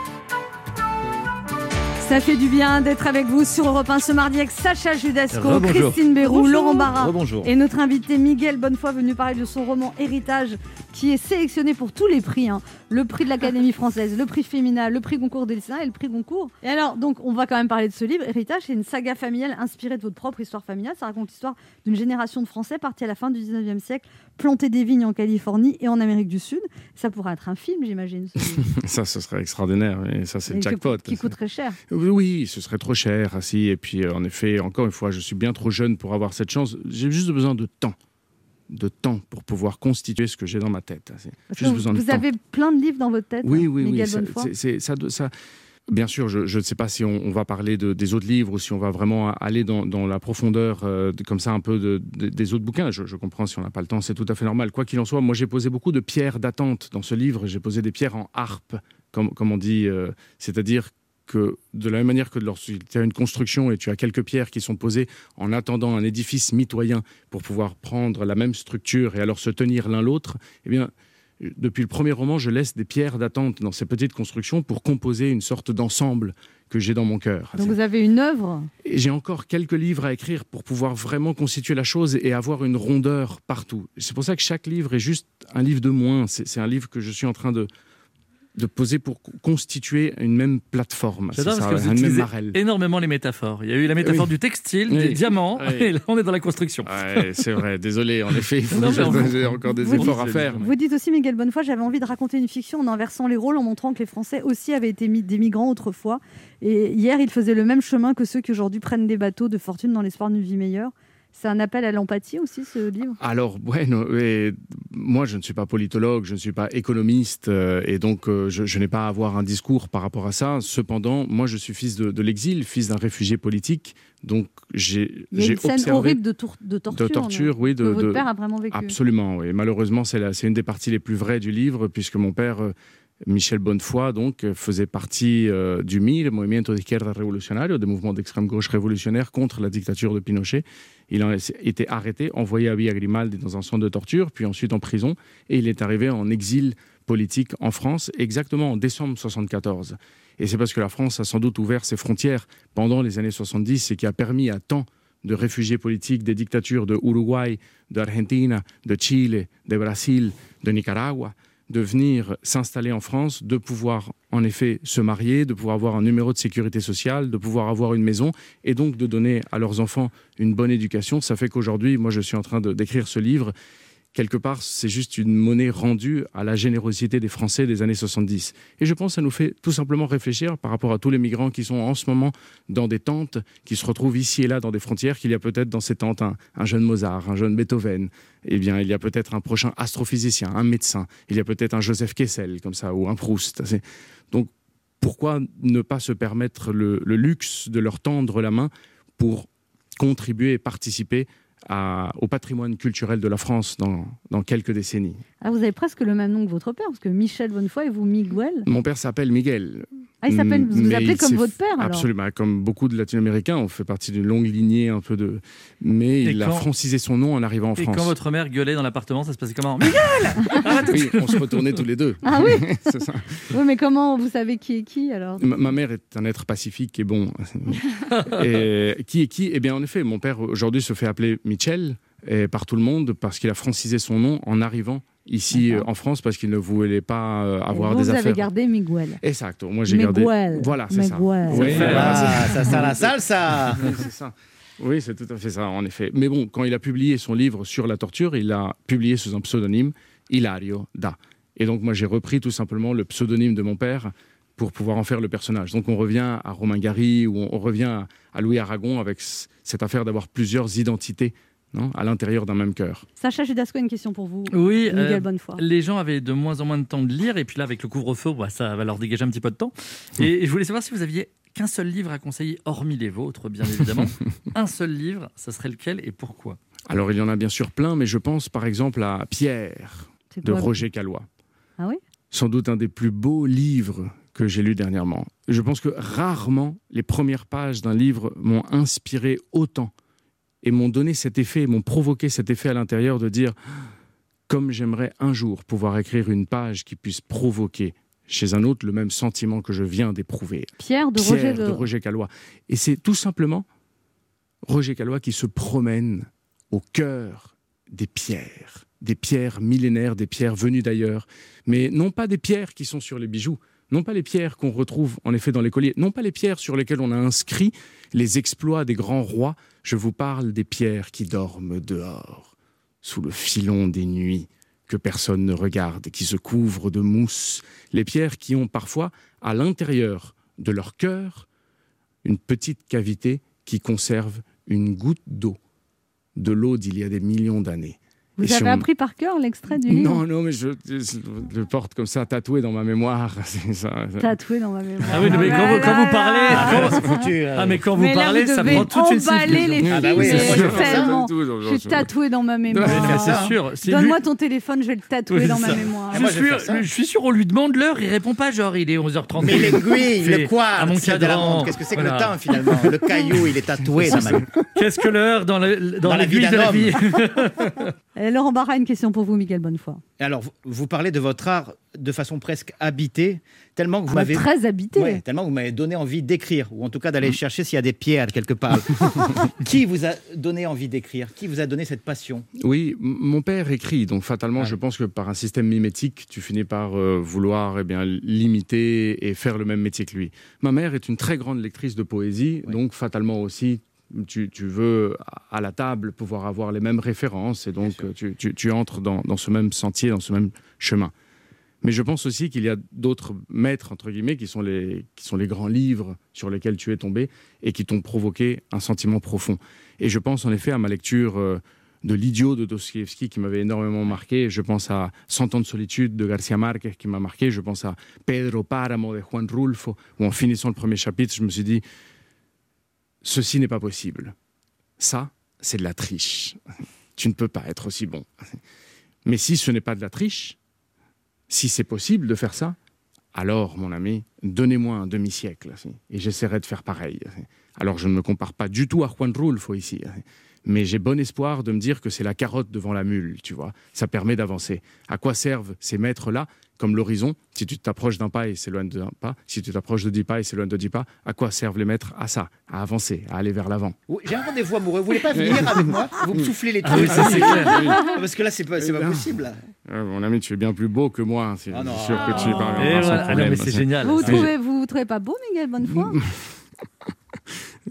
Ça fait du bien d'être avec vous sur Europe un ce mardi avec Sacha Judasco, Rebonjour. Christine Béroux, Bonjour. Laurent Barra Rebonjour. et notre invité Miguel Bonnefoy, venu parler de son roman Héritage, qui est sélectionné pour tous les prix, hein. Le prix de l'Académie française, le prix Femina, le prix Goncourt des lycéens et le prix Goncourt. Et alors, donc, on va quand même parler de ce livre. Héritage, c'est une saga familiale inspirée de votre propre histoire familiale. Ça raconte l'histoire d'une génération de Français partis à la fin du dix-neuvième siècle, planter des vignes en Californie et en Amérique du Sud. Ça pourrait être un film, j'imagine, ce livre. Ça, ce serait extraordinaire. Et ça, c'est Et le qui- jackpot. Qui coûterait cher. Oui, oui, ce serait trop cher, assis. Et puis, euh, en effet, encore une fois, je suis bien trop jeune pour avoir cette chance. J'ai juste besoin de temps. De temps pour pouvoir constituer ce que j'ai dans ma tête. C'est Parce juste que besoin de vous temps. avez plein de livres dans votre tête, Oui, hein, oui, oui. Miguel ça- Bonnefoy. c'est- c'est- ça, ça- Bien sûr, je je ne sais pas si on, on va parler de, des autres livres ou si on va vraiment aller dans, dans la profondeur, euh, de- comme ça, un peu de, de- des autres bouquins. Je, je comprends si on n'a pas le temps, c'est tout à fait normal. Quoi qu'il en soit, moi, j'ai posé beaucoup de pierres d'attente dans ce livre. J'ai posé des pierres en harpe, comme, comme on dit. euh, C'est-à-dire que de la même manière que lorsque tu as une construction et tu as quelques pierres qui sont posées en attendant un édifice mitoyen pour pouvoir prendre la même structure et alors se tenir l'un l'autre, eh bien, depuis le premier roman, je laisse des pierres d'attente dans ces petites constructions pour composer une sorte d'ensemble que j'ai dans mon cœur. Donc vous avez une œuvre. Et j'ai encore quelques livres à écrire pour pouvoir vraiment constituer la chose et avoir une rondeur partout. C'est pour ça que chaque livre est juste un livre de moins. C'est c'est un livre que je suis en train de de poser pour co- constituer une même plateforme. J'adore C'est parce ça, que vous une même utilisez marelle. énormément les métaphores. Il y a eu la métaphore Oui. du textile, Oui. des diamants, Oui. et là on est dans la construction. Ouais, c'est vrai, désolé, en effet, il faut Non, mais on- j'ai encore des Vous efforts à dites- faire. Vous dites aussi, Miguel Bonnefoy, j'avais envie de raconter une fiction en inversant les rôles, en montrant que les Français aussi avaient été mi- des migrants autrefois. Et hier, ils faisaient le même chemin que ceux qui aujourd'hui prennent des bateaux de fortune dans l'espoir d'une vie meilleure. C'est un appel à l'empathie aussi, ce livre. Alors, bueno, et moi, je ne suis pas politologue, je ne suis pas économiste, euh, et donc euh, je, je n'ai pas à avoir un discours par rapport à ça. Cependant, moi, je suis fils de, de l'exil, fils d'un réfugié politique, donc j'ai Il y a j'ai une scène observé horrible de, tour- de torture. de torture, oui, que de, votre de- père a vraiment vécu. Absolument, oui. Malheureusement, c'est la- c'est une des parties les plus vraies du livre, puisque mon père, euh, Michel Bonnefoy, donc, euh, faisait partie euh, du M I, le Movimiento de Izquierda Revolucionario, des mouvements d'extrême gauche révolutionnaire contre la dictature de Pinochet. Il a été arrêté, envoyé à Villa Grimaldi dans un centre de torture, puis ensuite en prison, et il est arrivé en exil politique en France, exactement en décembre soixante-quatorze. Et c'est parce que la France a sans doute ouvert ses frontières pendant les années soixante-dix et qui a permis à tant de réfugiés politiques des dictatures de Uruguay, d'Argentine, de Chile, de Brésil, de Nicaragua, de venir s'installer en France, de pouvoir en effet se marier, de pouvoir avoir un numéro de sécurité sociale, de pouvoir avoir une maison et donc de donner à leurs enfants une bonne éducation. Ça fait qu'aujourd'hui, moi je suis en train de- d'écrire ce livre quelque part, c'est juste une monnaie rendue à la générosité des Français des années soixante-dix. Et je pense que ça nous fait tout simplement réfléchir par rapport à tous les migrants qui sont en ce moment dans des tentes, qui se retrouvent ici et là dans des frontières, qu'il y a peut-être dans ces tentes un, un jeune Mozart, un jeune Beethoven, eh bien, il y a peut-être un prochain astrophysicien, un médecin, il y a peut-être un Joseph Kessel, comme ça, ou un Proust. C'est... Donc, pourquoi ne pas se permettre le, le luxe de leur tendre la main pour contribuer et participer À, au patrimoine culturel de la France dans, dans quelques décennies. Ah, vous avez presque le même nom que votre père, parce que Michel Bonnefoy et vous Miguel. Mon père s'appelle Miguel. Ah, il s'appelle, vous vous appelez comme votre père, alors? Absolument, comme beaucoup de Latino-Américains, on fait partie d'une longue lignée un peu de... Mais et il quand... a francisé son nom en arrivant en et France. Et quand votre mère gueulait dans l'appartement, ça se passait comment? Miguel ah, Oui, on se retournait tous les deux. Ah oui. C'est ça. Oui, mais comment vous savez qui est qui, alors? Ma, ma mère est un être pacifique et bon. Et qui est qui? Eh bien, en effet, mon père aujourd'hui se fait appeler Michel, et par tout le monde, parce qu'il a francisé son nom en arrivant ici euh, en France, parce qu'il ne voulait pas euh, avoir vous des vous affaires. Vous avez gardé Miguel. Exact. Moi, j'ai Miguel. gardé... Voilà, c'est Miguel. ça. Oui, ah, ça sent la salsa. Oui, c'est ça. Oui, c'est tout à fait ça, en effet. Mais bon, quand il a publié son livre sur la torture, il l'a publié sous un pseudonyme, Hilario Da. Et donc, moi, j'ai repris tout simplement le pseudonyme de mon père pour pouvoir en faire le personnage. Donc, on revient à Romain Gary, ou on revient à Louis Aragon avec cette affaire d'avoir plusieurs identités, non, à l'intérieur d'un même cœur. Sacha Judasco a une question pour vous. Oui, Miguel euh, Bonnefoy. Les gens avaient de moins en moins de temps de lire, et puis là, avec le couvre-feu, bah, ça va leur dégager un petit peu de temps. Et, et je voulais savoir si vous aviez qu'un seul livre à conseiller, hormis les vôtres, bien évidemment. Un seul livre, ça serait lequel et pourquoi? Alors, il y en a bien sûr plein, mais je pense par exemple à Pierre, de Roger Calois. Ah oui? Sans doute un des plus beaux livres que j'ai lu dernièrement. Je pense que rarement les premières pages d'un livre m'ont inspiré autant et m'ont donné cet effet, m'ont provoqué cet effet à l'intérieur de dire « comme j'aimerais un jour pouvoir écrire une page qui puisse provoquer chez un autre le même sentiment que je viens d'éprouver. » Pierre de Pierre Roger, de de... Roger Calois. Et c'est tout simplement Roger Calois qui se promène au cœur des pierres, des pierres millénaires, des pierres venues d'ailleurs, mais non pas des pierres qui sont sur les bijoux, non pas les pierres qu'on retrouve en effet dans les colliers, non pas les pierres sur lesquelles on a inscrit les exploits des grands rois, je vous parle des pierres qui dorment dehors, sous le filon des nuits, que personne ne regarde, qui se couvrent de mousse, les pierres qui ont parfois, à l'intérieur de leur cœur, une petite cavité qui conserve une goutte d'eau, de l'eau d'il y a des millions d'années. Vous Et avez si on... appris par cœur l'extrait du livre? Non, non, mais je, je, je le porte comme ça, tatoué dans ma mémoire. C'est ça. Tatoué dans ma mémoire. Ah oui, mais quand, vous, quand vous parlez... Ah, quand... c'est foutu. Ah, mais quand vous mais là, parlez, vous ça prend toute une emballer les films, ah bah oui, c'est sûr. tellement... Tout, Je suis tatoué dans ma mémoire. Ouais, c'est sûr. C'est Donne-moi lui... ton téléphone, je vais le tatouer oui, dans ça. ma mémoire. Je, moi, suis, je, je suis sûr, on lui demande l'heure, il répond pas, genre il est onze heures trente. Mais l'aiguille, le à mon quartz de la cadran. montre, qu'est-ce que c'est que Voilà. le temps finalement? Le caillou, il est tatoué dans ma Qu'est-ce que l'heure dans, le, dans, Dans la vie l'aiguille de la d'un vie? Et Laurent Barra, une question pour vous, Miguel Bonnefoy. Alors, vous, vous parlez de votre art de façon presque habitée, tellement que vous Ah, m'avez très habité. Ouais, tellement que vous m'avez donné envie d'écrire, ou en tout cas d'aller chercher s'il y a des pierres quelque part. Qui vous a donné envie d'écrire? Qui vous a donné cette passion? Oui, m- mon père écrit, donc fatalement, Ouais. je pense que par un système mimétique, tu finis par euh, vouloir eh bien, l'imiter et faire le même métier que lui. Ma mère est une très grande lectrice de poésie, Oui. donc fatalement aussi, tu, tu veux à la table pouvoir avoir les mêmes références, et donc tu, tu, tu entres dans, dans ce même sentier, dans ce même chemin. Mais je pense aussi qu'il y a d'autres maîtres, entre guillemets, qui sont, les, qui sont les grands livres sur lesquels tu es tombé et qui t'ont provoqué un sentiment profond. Et je pense en effet à ma lecture euh, de L'Idiot de Dostoïevski qui m'avait énormément marqué. Je pense à Cent ans de solitude de Garcia Márquez qui m'a marqué. Je pense à Pedro Páramo de Juan Rulfo, où en finissant le premier chapitre, je me suis dit « Ceci n'est pas possible. Ça, c'est de la triche. Tu ne peux pas être aussi bon. Mais si ce n'est pas de la triche, si c'est possible de faire ça, alors, mon ami, donnez-moi un demi-siècle et j'essaierai de faire pareil. Alors, je ne me compare pas du tout à Juan Rulfo ici, mais j'ai bon espoir de me dire que c'est la carotte devant la mule, tu vois. Ça permet d'avancer. À quoi servent ces maîtres-là? Comme l'horizon, si tu t'approches d'un pas et s'éloignes d'un pas, si tu t'approches de dix pas et s'éloignes de dix pas, à quoi servent les maîtres? À ça, à avancer, à aller vers l'avant. Oui, j'ai un rendez-vous amoureux, vous voulez pas venir avec moi? Vous me soufflez les Ah oui, trucs. ça, c'est clair, oui. Parce que là, c'est pas, c'est pas possible. Là. Euh, mon ami, tu es bien plus beau que moi. C'est Ah non. sûr que tu y parviendras Et sans voilà. Ah non, problème. mais c'est génial. Vous C'est- trouvez, vous trouvez pas beau, Miguel Bonnefoy?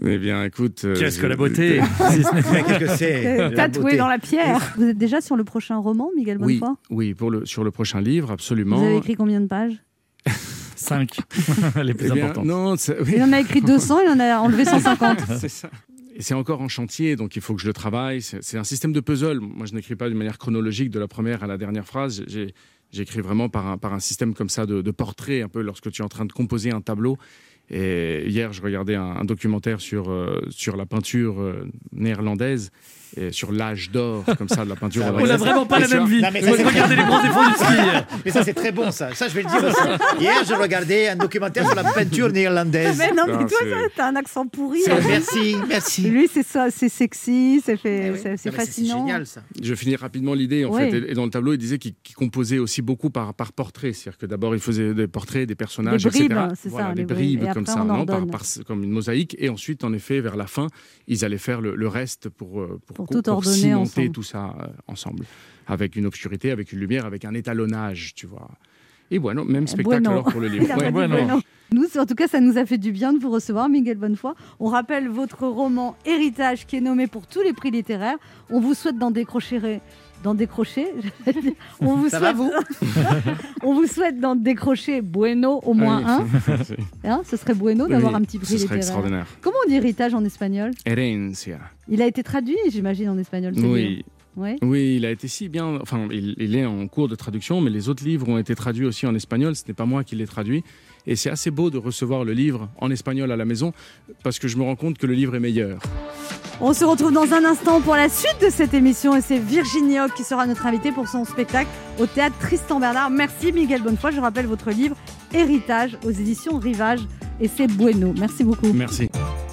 Eh bien, écoute... euh, Qu'est-ce que la je- beauté Qu'est-ce que c'est Euh, la Tatoué beauté. dans la pierre. Vous êtes déjà sur le prochain roman, Miguel Oui, Bonnefoy? oui pour le, sur le prochain livre, absolument. Vous avez écrit combien de pages? cinq, les plus Eh bien, importantes. non, c'est- oui. Il en a écrit deux cents, il en a enlevé cent cinquante. C'est ça. Et c'est encore en chantier, donc il faut que je le travaille. C'est c'est un système de puzzle. Moi, je n'écris pas d'une manière chronologique de la première à la dernière phrase. J'ai- J'écris vraiment par un, par un système comme ça de, de portrait, un peu lorsque tu es en train de composer un tableau. Et hier, je regardais un, un documentaire sur, euh, sur la peinture euh, néerlandaise, et sur l'âge d'or, comme ça, de la peinture. On n'a vraiment pas Et la tu même vois- vie. Non, mais ça, Moi, c'est je regardais les grands défauts du ski hier. Mais ça, c'est très bon, ça. Ça, je vais le dire aussi. Hier, je regardais un documentaire sur la peinture néerlandaise. Mais non, mais Non, toi, c'est- ça, t'as un accent pourri. C'est- hein. Merci, merci. Lui, c'est ça, c'est sexy, c'est fait, Eh oui. c'est- c'est Non, mais C'est fascinant. génial, ça. Je finis rapidement l'idée, en Ouais. fait. Et, et dans le tableau, il disait qu'il qu'il composait aussi beaucoup par, par portrait. C'est-à-dire que d'abord, il faisait des portraits, des personnages, Des bribes, et cetera. c'est ça, Voilà, les des bribes. bribes Et comme après, ça, on non, par, ordonne. par- comme une mosaïque. Et ensuite, en effet, vers la fin, ils allaient faire le, le reste pour, euh, pour, Pour co- tout ordonner cimenter ensemble. tout ça euh, ensemble. Avec une obscurité, avec une lumière, avec un étalonnage, tu vois. Et bueno, même spectacle Bueno. alors pour le Il livre. a Ouais, pas dit bueno. bueno. Nous, en tout cas, ça nous a fait du bien de vous recevoir, Miguel Bonnefoy. On rappelle votre roman Héritage qui est nommé pour tous les prix littéraires. On vous souhaite d'en décrocher. D'en décrocher, j'allais dire. on vous Ça va, souhaite, on vous souhaite d'en décrocher bueno au moins un. Hein, ce serait bueno d'avoir Oui, un petit prix ce serait littéraire. extraordinaire. Comment on dit héritage en espagnol? Herencia. Il a été traduit, j'imagine, en espagnol. ce livre. Oui. Ouais. Oui, il a été si bien. Enfin, il, il est en cours de traduction, mais les autres livres ont été traduits aussi en espagnol. Ce n'est pas moi qui l'ai traduit. Et c'est assez beau de recevoir le livre en espagnol à la maison parce que je me rends compte que le livre est meilleur. On se retrouve dans un instant pour la suite de cette émission et c'est Virginie Hoc qui sera notre invitée pour son spectacle au théâtre Tristan Bernard. Merci Miguel Bonnefoy. Je rappelle votre livre Héritage aux éditions Rivage et c'est bueno. Merci beaucoup. Merci.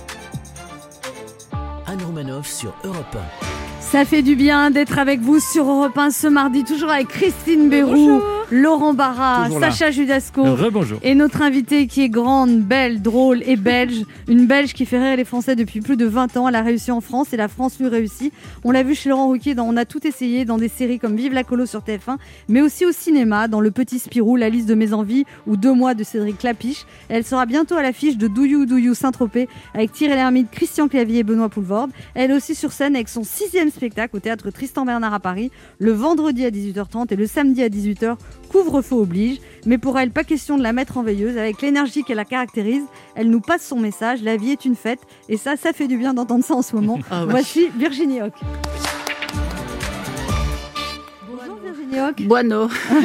Anne Romanoff sur Europe un. Ça fait du bien d'être avec vous sur Europe un ce mardi, toujours avec Christine Béroux, Laurent Barra, Toujours là. Sacha Judasco. Rebonjour. Et notre invitée qui est grande, belle, drôle et belge. Une belge qui fait rire les Français depuis plus de vingt ans. Elle a réussi en France et la France lui réussit. On l'a vu chez Laurent Ruquier dans On a tout essayé, dans des séries comme Vive la Colo sur T F un, mais aussi au cinéma, dans Le Petit Spirou, La liste de mes envies ou Deux mois de Cédric Clapiche. Elle sera bientôt à l'affiche de Douyou Douyou Saint-Tropez avec Thierry Lhermitte, Christian Clavier et Benoît Poulvorde. Elle est aussi sur scène avec son sixième spectacle au théâtre Tristan Bernard à Paris, le vendredi à dix-huit heures trente et le samedi à dix-huit heures. Couvre-feu oblige, mais pour elle, pas question de la mettre en veilleuse. Avec l'énergie qui la caractérise, elle nous passe son message. La vie est une fête, et ça, ça fait du bien d'entendre ça en ce moment. Ah ouais. Voici Virginie Hoc. Bonjour Virginie Hoc. Bueno.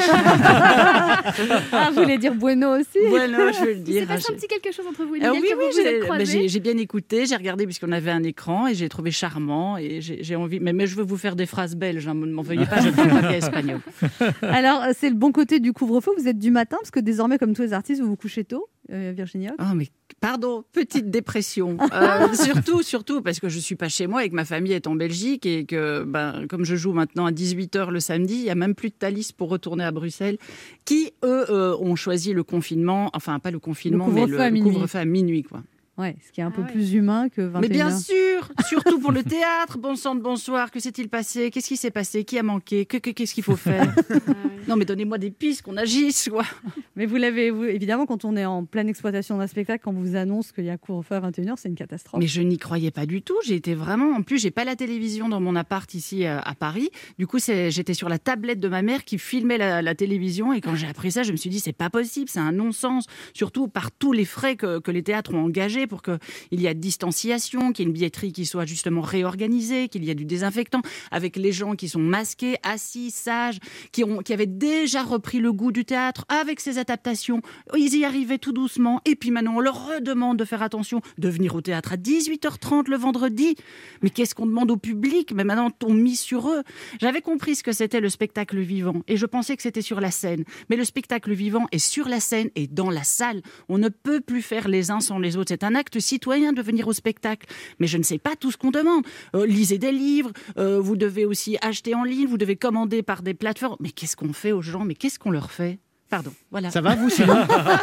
Ah, vous voulez dire bueno aussi? Bueno, je veux le Il s'est dire. passé Ah, un petit quelque chose entre vous et Ah Miguel oui, quand oui, vous vous êtes j'ai bah, croisés. j'ai- j'ai bien écouté, j'ai regardé puisqu'on avait un écran et j'ai trouvé charmant et j'ai j'ai envie. Mais, mais je veux vous faire des phrases belges, hein, ne m'en veuillez pas, je ne parle pas bien espagnol. Alors, euh, c'est le bon côté du couvre-feu. Vous êtes du matin, parce que désormais, comme tous les artistes, vous vous couchez tôt, euh, Virginie Hoc. Oh, mais pardon, petite dépression. Euh, surtout, surtout parce que je suis pas chez moi et que ma famille est en Belgique et que, ben, comme je joue maintenant à dix-huit heures le samedi, il y a même plus de Thalys pour retourner à Bruxelles, qui eux euh, ont choisi le confinement, enfin pas le confinement, Le mais couvre-feu à le, le minuit. couvre-feu à minuit, quoi. Ouais, ce qui est un peu Ah ouais. plus humain que vingt et une Mais bien heures. sûr, surtout pour le théâtre. Bon sang de bonsoir, que s'est-il passé? Qu'est-ce qui s'est passé? Qui a manqué? Que- que- Qu'est-ce qu'il faut faire? Non, mais donnez-moi des pistes, qu'on agisse, quoi. Mais vous l'avez, vous, évidemment, quand on est en pleine exploitation d'un spectacle, quand on vous annonce qu'il y a couvre-feu à vingt et une heures, c'est une catastrophe. Mais je n'y croyais pas du tout. J'ai été vraiment. En plus, j'ai pas la télévision dans mon appart ici euh, à Paris. Du coup, c'est- j'étais sur la tablette de ma mère qui filmait la, la télévision. Et quand j'ai appris ça, je me suis dit, c'est pas possible, c'est un non-sens. Surtout par tous les frais que, que les théâtres ont engagés pour qu'il y ait de distanciation, qu'il y ait une billetterie qui soit justement réorganisée, qu'il y ait du désinfectant, avec les gens qui sont masqués, assis, sages, qui, ont, qui avaient déjà repris le goût du théâtre avec ces adaptations. Ils y arrivaient tout doucement. Et puis maintenant, on leur redemande de faire attention, de venir au théâtre à dix-huit heures trente le vendredi. Mais qu'est-ce qu'on demande au public? Mais maintenant, on mise sur eux. J'avais compris ce que c'était le spectacle vivant et je pensais que c'était sur la scène. Mais le spectacle vivant est sur la scène et dans la salle. On ne peut plus faire les uns sans les autres. C'est un acte citoyen de venir au spectacle. Mais je ne sais pas tout ce qu'on demande. Euh, lisez des livres, euh, vous devez aussi acheter en ligne, vous devez commander par des plateformes. Mais qu'est-ce qu'on fait aux gens? Mais qu'est-ce qu'on leur fait? Pardon, voilà. Ça va, vous, sinon?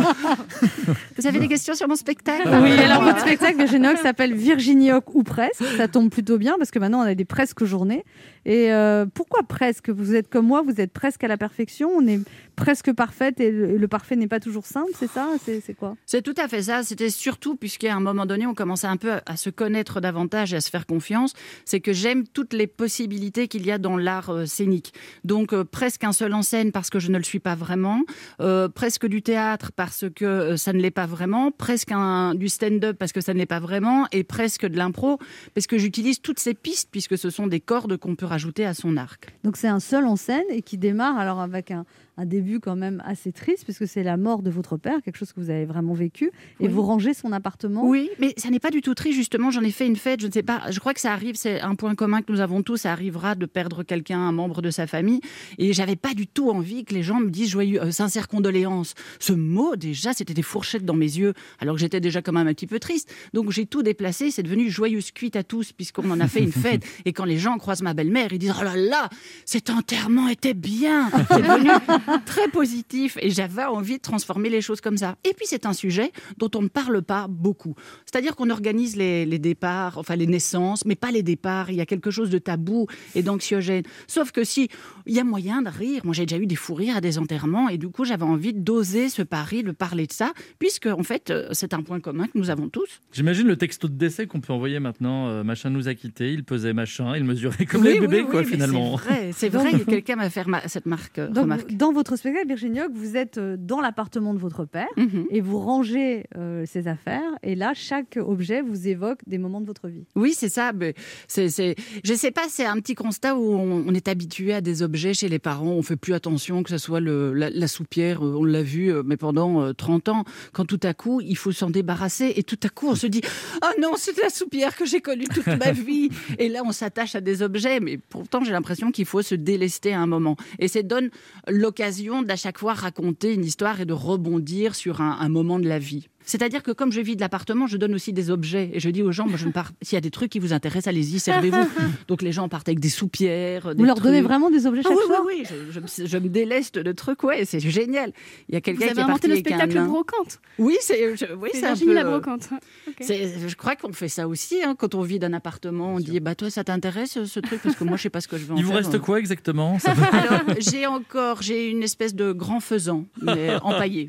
Vous avez des questions sur mon spectacle? Oui, alors votre spectacle Virginie Hoc s'appelle Virginie Hoc ou presque. Ça tombe plutôt bien parce que maintenant on a des presque journées. Et euh, pourquoi presque? Vous êtes comme moi, vous êtes presque à la perfection. On est presque parfaite et le, le parfait n'est pas toujours simple, c'est ça? C'est, c'est quoi? C'est tout à fait ça. C'était surtout puisqu'à un moment donné, on commençait un peu à, à se connaître davantage et à se faire confiance. C'est que j'aime toutes les possibilités qu'il y a dans l'art euh, scénique. Donc euh, presque un seul en scène parce que je ne le suis pas vraiment. Euh, presque du théâtre parce que euh, ça ne l'est pas vraiment. Presque un, du stand-up parce que ça ne l'est pas vraiment. Et presque de l'impro parce que j'utilise toutes ces pistes puisque ce sont des cordes qu'on peut rajouter à son arc. Donc c'est un seul en scène et qui démarre alors avec un, un début quand même assez triste puisque c'est la mort de votre père, quelque chose que vous avez vraiment vécu, et Oui. vous rangez son appartement. Oui, mais ça n'est pas du tout triste, justement, j'en ai fait une fête, je ne sais pas, je crois que ça arrive, c'est un point commun que nous avons tous, ça arrivera de perdre quelqu'un, un membre de sa famille, et j'avais pas du tout envie que les gens me disent joyeux, euh, sincères condoléances. Ce mot, déjà, c'était des fourchettes dans mes yeux, alors que j'étais déjà quand même un petit peu triste, donc j'ai tout déplacé, c'est devenu joyeuse cuite à tous, puisqu'on en a fait une fête, et quand les gens croisent ma belle-mère, ils disent « Oh là là, cet enterrement était bien !» C'est devenu très positif, et j'avais envie de transformer les choses comme ça. Et puis c'est un sujet dont on ne parle pas beaucoup. C'est-à-dire qu'on organise les, les départs, enfin les naissances, mais pas les départs. Il y a quelque chose de tabou et d'anxiogène. Sauf que si il y a moyen de rire, moi j'ai déjà eu des fous rires à des enterrements, et du coup j'avais envie d'oser ce pari, de parler de ça, puisque en fait c'est un point commun que nous avons tous. J'imagine le texto de décès qu'on peut envoyer maintenant. Euh, machin nous a quittés, il pesait machin, il mesurait comme Oui, les bébés, oui, quoi, oui, mais finalement. C'est vrai, c'est vrai que quelqu'un m'a fait ma- cette marque, euh, Donc, remarque. dans votre spectacle, Virginie Hoc, vous êtes euh, dans l'appartement de votre père Mhm. et vous rangez euh, ses affaires. Et là, chaque objet vous évoque des moments de votre vie. Oui, c'est ça. Mais c'est, c'est, je sais pas, c'est un petit constat où on, on est habitué à des objets chez les parents. On fait plus attention que ce soit le, la, la soupière, euh, on l'a vu, euh, mais pendant euh, trente ans, quand tout à coup, il faut s'en débarrasser. Et tout à coup, on se dit « Oh non, c'est la soupière que j'ai connue toute ma vie !» Et là, on s'attache à des objets. Mais pourtant, j'ai l'impression qu'il faut se délester à un moment. Et ça donne l'occasion d'à chaque fois raconter une histoire et de rebondir sur un, un moment de la vie. C'est-à-dire que comme je vis de l'appartement, je donne aussi des objets. Et je dis aux gens, moi, je ne pars... s'il y a des trucs qui vous intéressent, allez-y, servez-vous. Donc les gens partent avec des soupières. Des Vous leur trucs. donnez vraiment des objets Ah chaque oui, soir? oui, oui, je, je me- je me déleste de trucs, ouais, c'est génial. Il y a Vous quelqu'un avez qui est inventé parti le avec un spectacle nain. brocante. Oui, c'est, je- oui, C'est c'est un Virginie peu, la euh, brocante. Ok. c'est- je crois qu'on fait ça aussi, hein, quand on vit d'un appartement. On dit, bah toi, ça t'intéresse ce truc? Parce que moi, je sais pas ce que je vais en Il vous faire. reste quoi exactement? Ça peut- Alors, j'ai encore, j'ai une espèce de grand faisan, mais empaillé.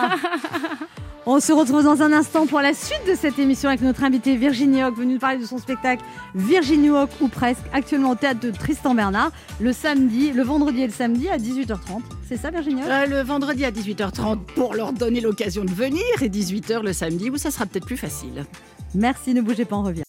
On se retrouve dans un instant pour la suite de cette émission avec notre invitée Virginie Hoc, venue nous parler de son spectacle Virginie Hoc ou presque, actuellement au théâtre de Tristan Bernard, le samedi, le vendredi et le samedi à dix-huit heures trente. C'est ça, Virginie Hoc? Euh, le vendredi à dix-huit heures trente pour leur donner l'occasion de venir, et dix-huit heures le samedi où ça sera peut-être plus facile. Merci, ne bougez pas, on revient.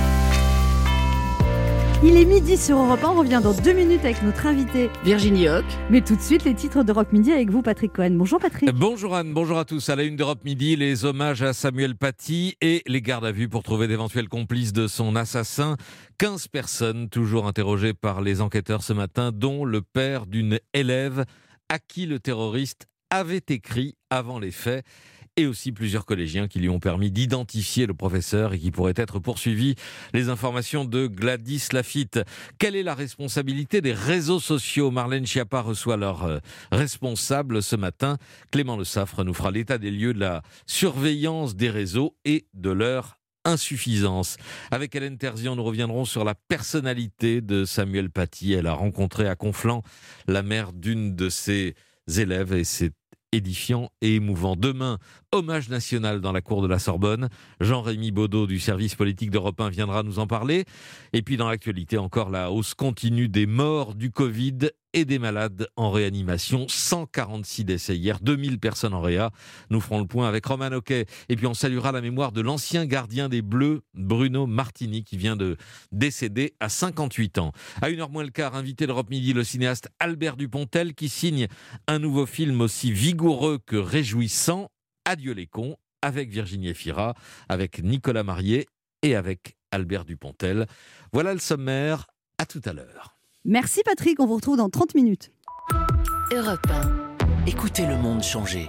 Il est midi sur Europe un, on revient dans deux minutes avec notre invité Virginie Hoc. Mais tout de suite, les titres d'Europe Midi avec vous, Patrick Cohen. Bonjour Patrick. Bonjour Anne, bonjour à tous. À la une d'Europe Midi, les hommages à Samuel Paty et les gardes à vue pour trouver d'éventuels complices de son assassin. quinze personnes toujours interrogées par les enquêteurs ce matin, dont le père d'une élève à qui le terroriste avait écrit avant les faits. Et aussi plusieurs collégiens qui lui ont permis d'identifier le professeur et qui pourraient être poursuivis. Les informations de Gladys Lafitte. Quelle est la responsabilité des réseaux sociaux? Marlène Schiappa reçoit leur euh, responsable ce matin. Clément Le Saffre nous fera l'état des lieux de la surveillance des réseaux et de leur insuffisance. Avec Hélène Terzian, nous reviendrons sur la personnalité de Samuel Paty. Elle a rencontré à Conflans la mère d'une de ses élèves et c'est édifiant et émouvant. Demain, hommage national dans la cour de la Sorbonne. Jean-Rémy Baudot du service politique d'Europe un viendra nous en parler. Et puis dans l'actualité, encore la hausse continue des morts du Covid et des malades en réanimation. cent quarante-six décès hier, deux mille personnes en réa. Nous ferons le point avec Roman Oquet. Et puis on saluera la mémoire de l'ancien gardien des Bleus, Bruno Martini, qui vient de décéder à cinquante-huit ans. À une heure moins le quart, invité d'Europe Midi, le cinéaste Albert Dupontel, qui signe un nouveau film aussi vigoureux que réjouissant, Adieu les cons, avec Virginie Efira, avec Nicolas Marié et avec Albert Dupontel. Voilà le sommaire. À tout à l'heure. Merci Patrick, on vous retrouve dans trente minutes. Europe un. Écoutez le monde changer.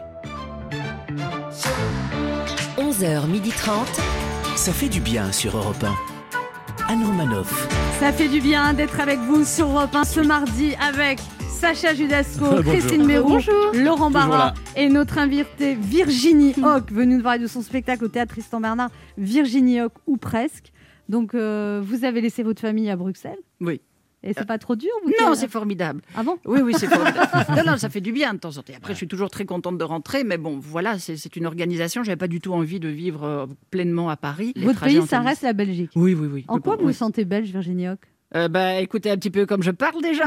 onze heures trente, ça fait du bien sur Europe un. Anne Romanoff. Ça fait du bien d'être avec vous sur Europe un ce mardi avec Sacha Judasco, Bonjour. Christine Béroux, Laurent Barra là. et notre invitée Virginie Hoc, venue nous parler de son spectacle au théâtre Tristan Bernard, Virginie Hoc ou presque. Donc, euh, vous avez laissé votre famille à Bruxelles ? Oui. Et c'est pas trop dur vous Non, dites- c'est formidable. Ah bon ? Oui, oui, c'est formidable. non, non, ça fait du bien de temps en temps. Après, je suis toujours très contente de rentrer, mais bon, voilà, c'est, c'est une organisation. J'avais pas du tout envie de vivre euh, pleinement à Paris. Les Votre trajets pays, en ça Tunisie. reste la Belgique. Oui, oui, oui. En quoi vous Oui. vous sentez belge, Virginie Hoc ? Euh, bah, écoutez, un petit peu comme je parle déjà.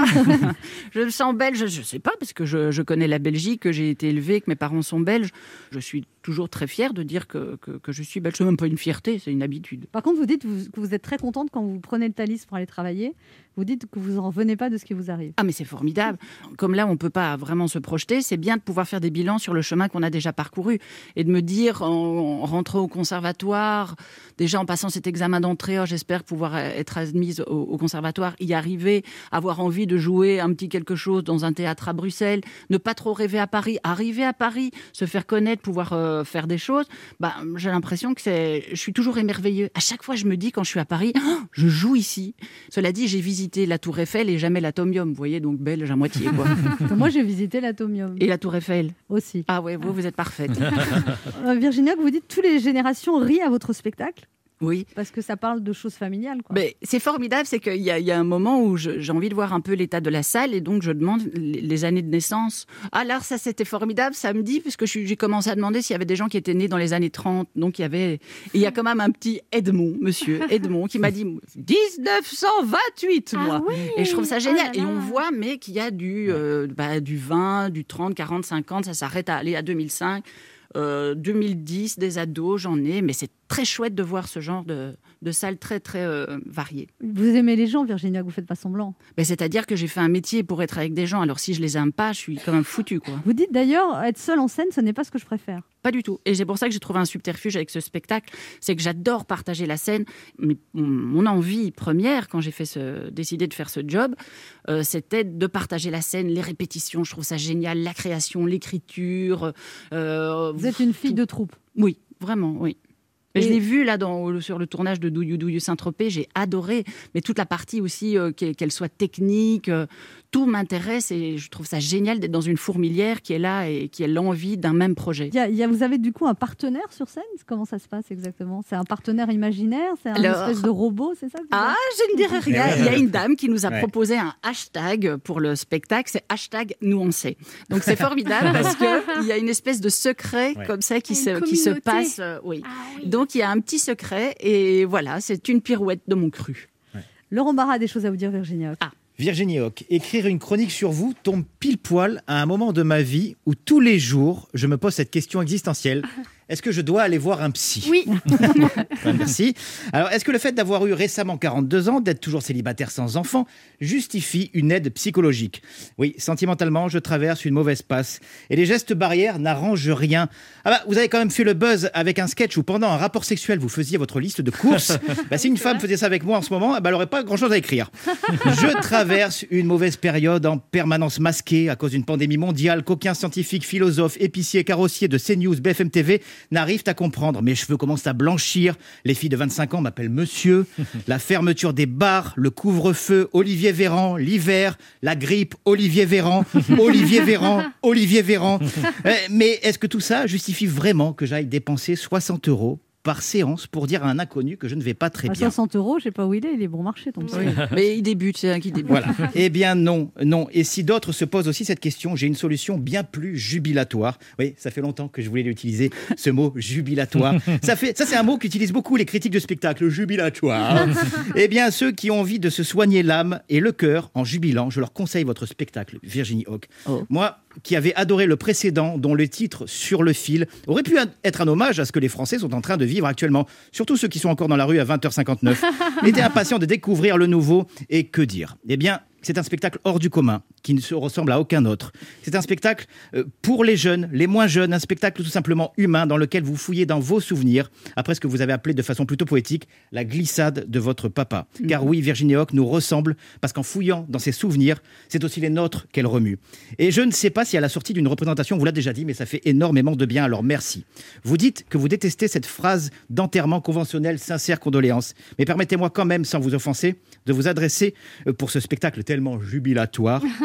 Je me sens belge, je sais pas, parce que je, je connais la Belgique, que j'ai été élevée, que mes parents sont belges. Je suis toujours très fière de dire que, que, que je suis belge. C'est même pas une fierté, c'est une habitude. Par contre, vous dites vous- que vous êtes très contente quand vous prenez le Thalys pour aller travailler. Vous dites que vous en revenez pas de ce qui vous arrive. Ah, mais c'est formidable. Comme là, on ne peut pas vraiment se projeter, c'est bien de pouvoir faire des bilans sur le chemin qu'on a déjà parcouru et de me dire, en, en rentrant au conservatoire, déjà en passant cet examen d'entrée, oh, j'espère pouvoir être admise au, au conservatoire, y arriver, avoir envie de jouer un petit quelque chose dans un théâtre à Bruxelles, ne pas trop rêver à Paris, arriver à Paris, se faire connaître, pouvoir euh, faire des choses. Bah, j'ai l'impression que c'est... Je suis toujours émerveilleux. À chaque fois, je me dis, quand je suis à Paris, oh, je joue ici. Cela dit, j'ai visité la Tour Eiffel et jamais l'Atomium, vous voyez, donc belge à moitié, quoi. Moi, j'ai visité l'Atomium. Et la Tour Eiffel aussi. Ah ouais, vous, vous êtes parfaite. Euh, Virginie Hoc, vous dites toutes les générations rient à votre spectacle. Oui. Parce que ça parle de choses familiales. Quoi. Mais c'est formidable, c'est qu'il y, a- il y a un moment où je- j'ai envie de voir un peu l'état de la salle et donc je demande les, les années de naissance. Alors ça, c'était formidable samedi, puisque je suis- j'ai commencé à demander s'il y avait des gens qui étaient nés dans les années trente. Donc il y avait... Et il y a quand même un petit Edmond, monsieur Edmond, qui m'a dit dix-neuf cent vingt-huit, moi. oui. Et je trouve ça génial. Oh là là. Et on voit, mais qu'il y a du, euh, bah, du vingt, du trente, quarante, cinquante, ça s'arrête à aller à deux mille cinq. Euh, deux mille dix, des ados, j'en ai, mais c'est très chouette de voir ce genre de, de salle très, très euh, variée. Vous aimez les gens, Virginie Hoc, vous faites pas semblant. Ben, c'est-à-dire que j'ai fait un métier pour être avec des gens, alors si je les aime pas, je suis quand même foutue, quoi. Vous dites d'ailleurs, être seule en scène, ce n'est pas ce que je préfère. Pas du tout. Et c'est pour ça que j'ai trouvé un subterfuge avec ce spectacle, c'est que j'adore partager la scène. Mais mon, mon envie première, quand j'ai fait ce, décidé de faire ce job, euh, c'était de partager la scène, les répétitions. Je trouve ça génial, la création, l'écriture. euh, Vous êtes une fille de troupe. Oui, vraiment, oui. Mais Et- je l'ai vu là dans, sur le tournage de Douillou Douillou Saint-Tropez, j'ai adoré. Mais toute la partie aussi, euh, qu'elle qu'elle soit technique, euh, tout m'intéresse et je trouve ça génial d'être dans une fourmilière qui est là et qui a l'envie d'un même projet. Il y a- il y a- vous avez du coup un partenaire sur scène. Comment ça se passe exactement? C'est un partenaire imaginaire? C'est un Alors- espèce de robot, c'est ça que vous Ah, dites je ne dirais rien. Il y a une dame qui nous a Ouais. proposé un hashtag pour le spectacle. C'est hashtag nous on sait. Donc c'est formidable parce qu'il y a une espèce de secret Ouais. comme ça qui, Une se, qui se communauté. passe. euh, oui. Donc il y a un petit secret et voilà, c'est une pirouette de mon cru. Laurent Barra a des choses à vous dire, Virginie Hoc. Ah. Virginie Hoc, écrire une chronique sur vous tombe pile poil à un moment de ma vie où tous les jours, je me pose cette question existentielle. Est-ce que je dois aller voir un psy? Oui. Ouais, merci. Alors, est-ce que le fait d'avoir eu récemment quarante-deux ans, d'être toujours célibataire sans enfant, justifie une aide psychologique? Oui, sentimentalement, je traverse une mauvaise passe. Et les gestes barrières n'arrangent rien. Ah bah, vous avez quand même fait le buzz avec un sketch où pendant un rapport sexuel, vous faisiez votre liste de courses. Bah, si une femme faisait ça avec moi en ce moment, bah, elle n'aurait pas grand-chose à écrire. Je traverse une mauvaise période en permanence masquée à cause d'une pandémie mondiale qu'aucun scientifique, philosophe, épicier, carrossier de CNews, B F M T V n'arrivent à comprendre. Mes cheveux commencent à blanchir. Les filles de vingt-cinq ans m'appellent monsieur. La fermeture des bars, le couvre-feu, Olivier Véran, l'hiver, la grippe, Olivier Véran, Olivier Véran, Olivier Véran. Euh, Mais est-ce que tout ça justifie vraiment que j'aille dépenser soixante euros par séance pour dire à un inconnu que je ne vais pas très À bien? soixante euros, je sais pas où il est, il est bon marché ton psy. Mais il débute, c'est un qui débute. Voilà. Eh bien non, non. Et si d'autres se posent aussi cette question, j'ai une solution bien plus jubilatoire. Oui, ça fait longtemps que je voulais l'utiliser, ce mot jubilatoire. Ça, fait, ça c'est un mot qu'utilisent beaucoup les critiques de spectacle, jubilatoire. Eh bien, ceux qui ont envie de se soigner l'âme et le cœur en jubilant, je leur conseille votre spectacle, Virginie Hoc. Moi, qui avais adoré le précédent, dont le titre Sur le fil aurait pu être un hommage à ce que les Français sont en train de vivre actuellement, surtout ceux qui sont encore dans la rue à vingt heures cinquante-neuf, étaient impatients de découvrir le nouveau. Et que dire? Eh bien, c'est un spectacle hors du commun, qui ne se ressemble à aucun autre. C'est un spectacle euh, pour les jeunes, les moins jeunes, un spectacle tout simplement humain dans lequel vous fouillez dans vos souvenirs, après ce que vous avez appelé de façon plutôt poétique, la glissade de votre papa. Mmh. Car oui, Virginie Hoc nous ressemble, parce qu'en fouillant dans ses souvenirs, c'est aussi les nôtres qu'elle remue. Et je ne sais pas si à la sortie d'une représentation, on vous l'a déjà dit, mais ça fait énormément de bien, alors merci. Vous dites que vous détestez cette phrase d'enterrement conventionnel, sincère condoléances. Mais permettez-moi quand même, sans vous offenser, de vous adresser, euh, pour ce spectacle tellement jubilatoire,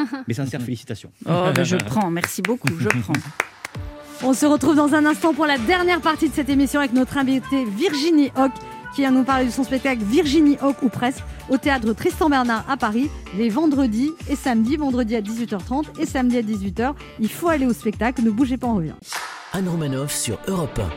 Mes sincères félicitations. Oh, ben je prends, merci beaucoup, je prends. On se retrouve dans un instant pour la dernière partie de cette émission avec notre invitée Virginie Hoc, qui vient nous parler de son spectacle Virginie Hoc ou presque au théâtre Tristan Bernard à Paris les vendredis et samedis, vendredi à dix-huit heures trente et samedi à dix-huit heures. Il faut aller au spectacle, ne bougez pas, on revient. Anne Romanoff sur Europe un.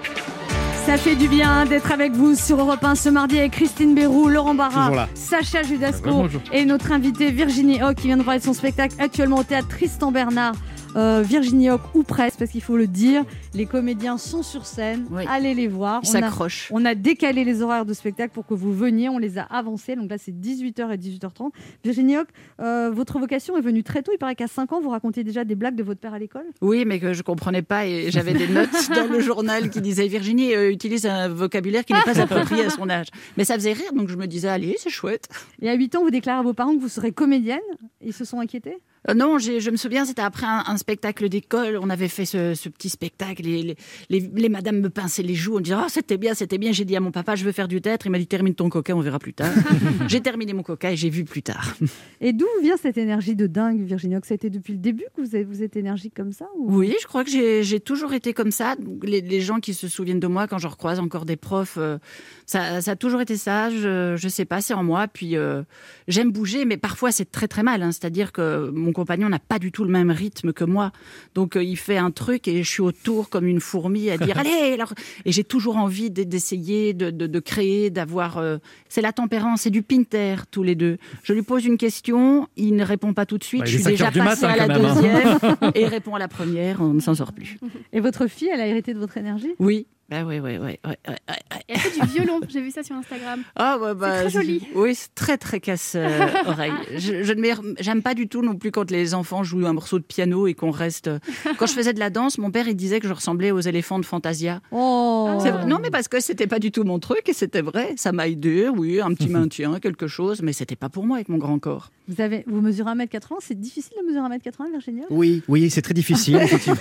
Ça fait du bien d'être avec vous sur Europe un ce mardi avec Christine Béroux, Laurent Barra, Sacha Judasco Ah, bonjour. et notre invitée Virginie Hoc qui vient nous parler de son spectacle actuellement au théâtre Tristan Bernard. Euh, Virginie Hoc ou presque, parce qu'il faut le dire, les comédiens sont sur scène, Oui. allez les voir. Ils On a- s'accrochent. On a décalé les horaires de spectacle pour que vous veniez, on les a avancés, donc là c'est dix-huit heures et dix-huit heures trente. Virginie Hoc, euh, votre vocation est venue très tôt, il paraît qu'à cinq ans vous racontiez déjà des blagues de votre père à l'école. Oui, mais que je comprenais pas et j'avais des notes dans le journal qui disaient Virginie euh, utilise un vocabulaire qui n'est pas approprié à son âge. Mais ça faisait rire, donc je me disais allez, c'est chouette. Et à huit ans vous déclarez à vos parents que vous serez comédienne, ils se sont inquiétés. Euh, non, j'ai- je me souviens, c'était après un, un spectacle d'école. On avait fait ce, ce petit spectacle. Les, les, les, les madames me pinçaient les joues. On disait, oh, c'était bien, c'était bien. J'ai dit à mon papa, je veux faire du théâtre. Il m'a dit, termine ton coca, on verra plus tard. J'ai terminé mon coca et j'ai vu plus tard. Et d'où vient cette énergie de dingue, Virginie Hoc? Ça a été depuis le début que vous êtes, vous êtes énergique comme ça ou... Oui, je crois que j'ai j'ai toujours été comme ça. Les, les gens qui se souviennent de moi, quand je recroise encore des profs, euh, ça, ça a toujours été ça. Je, je sais pas, c'est en moi. Puis euh, j'aime bouger, mais parfois c'est très très mal. hein. C'est-à-dire que mon compagnon n'a pas du tout le même rythme que moi. Donc euh, il fait un truc et je suis autour comme une fourmi à dire allez. Alors... Et j'ai toujours envie d- d'essayer de, de, de créer, d'avoir. euh, C'est la tempérance, c'est du Pinter tous les deux. Je lui pose une question, il ne répond pas tout de suite. Bah, il je est suis cinq déjà heures du passée matin, à la quand même, hein. deuxième et il répond à la première. On ne s'en sort plus. Et votre fille, elle a hérité de votre énergie? Oui. Bah oui, oui, oui. oui, oui, oui. Et elle fait du violon, j'ai vu ça sur Instagram. Ah ouais, bah, C'est très joli. Oui, c'est très très casse euh, oreille. Je, je ne m'ai- j'aime pas du tout non plus quand les enfants jouent un morceau de piano et qu'on reste. Quand je faisais de la danse, mon père il disait que je ressemblais aux éléphants de Fantasia. Oh. C'est vrai. Non, mais parce que c'était pas du tout mon truc et c'était vrai. Ça m'a aidé, oui, un petit maintien, quelque chose, mais c'était pas pour moi avec mon grand corps. Vous, avez, vous mesurez un mètre quatre-vingts, c'est difficile de mesurer un mètre quatre-vingts, Virginie Hoc? Oui, oui, c'est très difficile, effectivement.